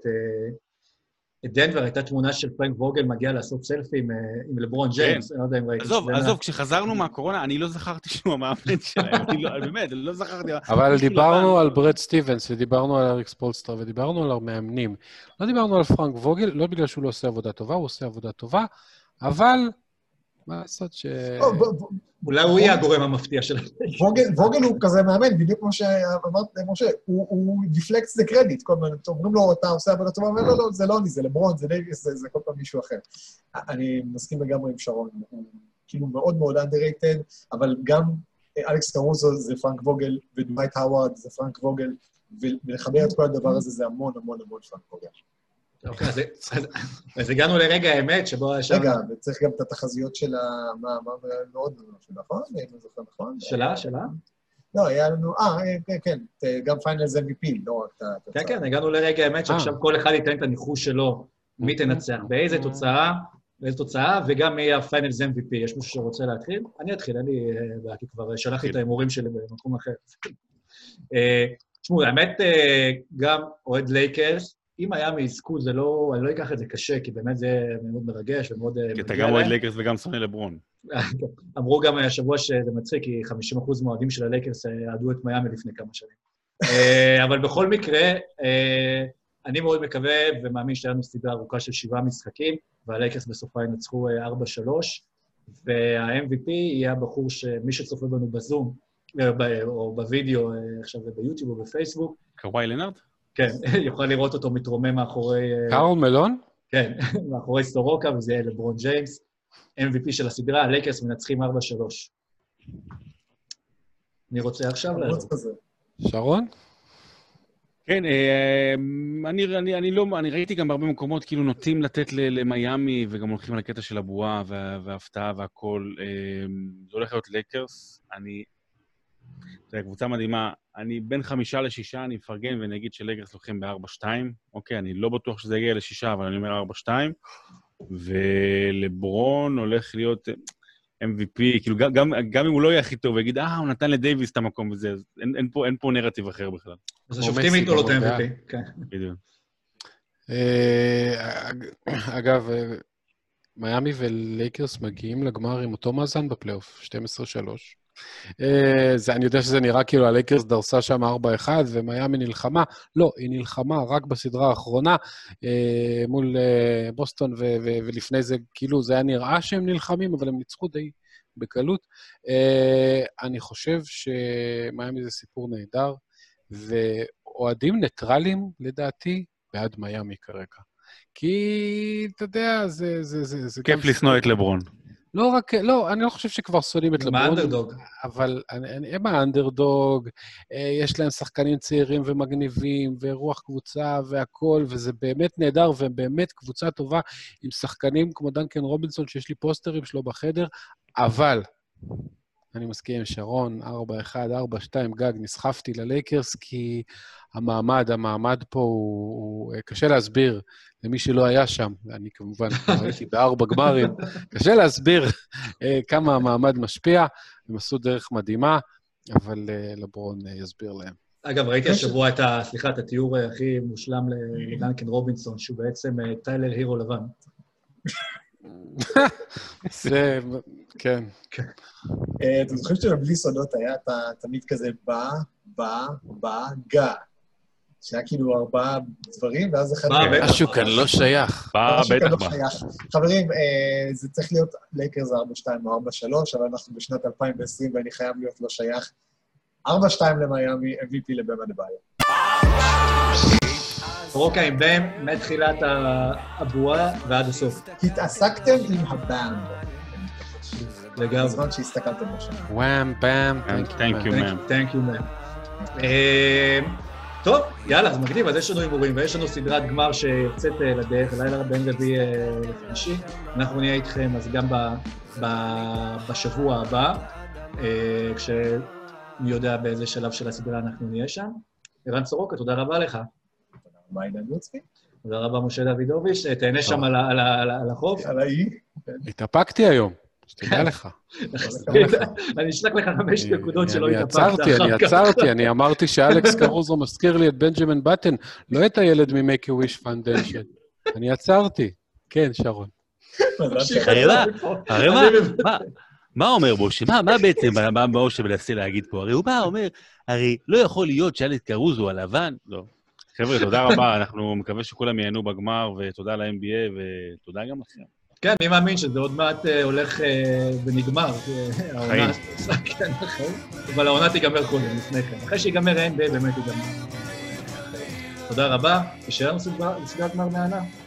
S9: דנבר, הייתה תמונה של פרנק ווגל מגיע לעשות סלפי עם לברון ג'יימס, אני לא יודע אם ראיתי.
S7: עזוב, כשחזרנו מהקורונה, אני לא זכרתי שהוא המאמן שלהם, באמת, אני לא זכרתי.
S6: אבל דיברנו על ברד סטיבנס, ודיברנו על אריק ספולסטרה, ודיברנו על המאמנים. לא דיברנו על פרנק ווגל, לא בגלל שהוא לא עושה עבודה טובה, הוא עושה עבודה טובה, אבל מה לעשות
S9: אולי הוא יהיה הגורם המפתיע שלנו.
S5: ווגל הוא כזה מאמן, בדיוק כמו שאמרת, משה, הוא דיפלקס זה קרדיט, כל מיני, אומרים לו, אתה עושה עבודה טובה, אבל לא, זה לא אני, זה לברון, זה דייביס, זה כל פעם מישהו אחר. אני מסכים לגמרי עם שרון, הוא כאילו מאוד מאוד underrated, אבל גם אלכס קרוזו זה פרנק ווגל, ודווייט האווארד זה פרנק ווגל, ולחבר את כל הדבר הזה זה המון המון המון פרנק ווגל.
S9: אוקיי, אז הגענו לרגע האמת שבו...
S5: רגע, וצריך גם את התחזיות של מה מאוד נכון? אם אני זוכר נכון?
S9: שלה?
S5: לא, היה לנו... כן, גם פיינלס MVP, לא רק את התוצאה.
S9: כן, הגענו לרגע האמת שעכשיו כל אחד ייתן את הניחוש שלו, מי תנצח, באיזה תוצאה, וגם מי הפיינלס MVP. יש מישהו שרוצה להתחיל? אני אתחיל, כי כבר שלחתי את האמורים שלי במקום אחר. תשמעו, האמת, גם אוהד לייקרס, אם מיאמי יזכו, אני לא אקח את זה קשה, כי באמת זה מאוד מרגש ומאוד...
S7: כי אתה גם אוהד לייקרס וגם שונא לברון.
S9: אמרו גם השבוע שזה מצחיק, כי 50% מהאוהדים של הלייקרס אהדו את מיאמי לפני כמה שנים. אבל בכל מקרה, אני מאוד מקווה ומאמין שהיה לנו סדרה ארוכה של 7 משחקים, והלייקרס בסופה ינצחו 4-3, וה-MVP יהיה הבחור שמי שצופה בנו בזום, או בווידאו, עכשיו ביוטיוב או בפייסבוק.
S7: קוואי לנארד?
S9: כן, יוכל לראות אותו מתרומם מאחורי...
S6: קארל מלון?
S9: כן, מאחורי סורוקה, וזה יהיה לברון ג'יימס, MVP של הסדרה, הלייקרס מנצחים 4-3. אני רוצה עכשיו לעלות.
S6: שרון?
S7: כן, אני ראיתי גם בהרבה מקומות, כאילו נוטים לתת למיאמי, וגם הולכים על הקטע של הבועה וההפתעה והכל. זה הולך להיות לייקרס, זו קבוצה מדהימה, אני בין 5 ל-6, אני מפרגן ואני אגיד שלייקרס לוקחים ב-4-2, אוקיי, אני לא בטוח שזה יגיע ל-6, אבל אני אומר 4-2, ולברון הולך להיות MVP, כאילו גם אם הוא לא יהיה הכי טוב, ויגיד, הוא נתן לדייביס את המקום וזה, אז אין פה נרטיב אחר בכלל.
S9: אז השופטים ייתנו לו את ה-MVP, כן.
S7: בדיוק.
S6: אגב, מיאמי ולייקרס מגיעים לגמר עם אותו מאזן בפלייאוף, 12-3. אני יודע שזה נראה כאילו הלייקרס דרסה שם 4-1 ומיאמי נלחמה. לא, היא נלחמה רק בסדרה האחרונה מול בוסטון, ולפני זה כאילו זה היה נראה שהם נלחמים, אבל הם ניצחו די בקלות. אני חושב שמיאמי זה סיפור נהדר, ואוהדים ניטרלים לדעתי בעד מיאמי כרגע. כי, אתה יודע, זה...
S7: כיף לשנוא את לברון.
S6: לא, אני לא חושב שכבר שונאים את לברון.
S9: האנדרדוג.
S6: אבל הם האנדרדוג, יש להם שחקנים צעירים ומגניבים, ורוח קבוצה והכל, וזה באמת נהדר, והם באמת קבוצה טובה, עם שחקנים כמו דנקן רובינסון, שיש לי פוסטרים שלו בחדר, אבל אני מסכים עם שרון, 4-1, 4-2 גג, נסחפתי ללייקרס, כי המעמד פה הוא קשה להסביר למי שלא היה שם, אני כמובן הייתי ב4 גמרים, קשה להסביר כמה המעמד משפיע, הם עשו דרך מדהימה, אבל לברון יסביר להם.
S9: אגב, ראיתי השבוע את התיאור הכי מושלם לדנקן רובינסון, שהוא בעצם טיילר הירו לבן.
S6: זה, כן.
S5: אתם זוכרים שבלי סודות היה תמיד כזה גע. שהיה כאילו 4 דברים, ואז אחד...
S6: משהו כאן לא שייך.
S7: בטח.
S5: חברים, זה צריך להיות לייקרס 4-2 או 4-3, אבל אנחנו בשנת 2020, ואני חייב להיות לא שייך. 4-2 למיימי, MVP לבמה דבייר.
S9: רוקה עם בם, מתחילת הבועה ועד הסוף.
S5: התעסקתם עם הבאם.
S9: לגמרי.
S5: בזמן שהסתכלתם בשם.
S6: וואם, באם,
S7: Thank you, ma'am.
S9: Thank you, ma'am. טוב, יאללה, אז מגניב, אז יש לנו הימורים, ויש לנו סדרת גמר שיוצאת לדרך, לילה בין רביעי לחמישי. אנחנו נהיה איתכם אז גם בשבוע הבא, כשמי יודע באיזה שלב של הסדרה אנחנו נהיה שם. ערן סורוקה, תודה רבה לך.
S5: תודה רבה, עידן לוצקי.
S9: תודה רבה, משה דוידוביץ', תהנה שם על החוף.
S5: על האי.
S6: התאפקתי היום, שתדע לך.
S9: אני אשלח לך 5 נקודות שלא התאפקת.
S6: אני עצרתי, אני אמרתי שאלכס קרוזו מזכיר לי את בנג'מן בטן, לא את הילד מ-Make a Wish Foundation. אני עצרתי. כן, שרון.
S7: הרי מה אומר בושי? מה בעצם, מה בושי מנסה להגיד פה? הרי הוא בא, אומר, הרי לא יכול להיות שאלכס קרוזו הלבן? לא. חבר'ה, תודה רבה, אנחנו מקווה שכולם ייהנו בגמר, ותודה ל-NBA, ותודה גם לכם.
S9: כן, מי מאמין שזה עוד מעט הולך ונגמר.
S7: חיים.
S9: כן, נכון. אבל העונה תיגמר קודם, לפני כן. אחרי שיגמר NBA, באמת תיגמר. תודה רבה, ושאלה לנו סדרת גמר מהנה.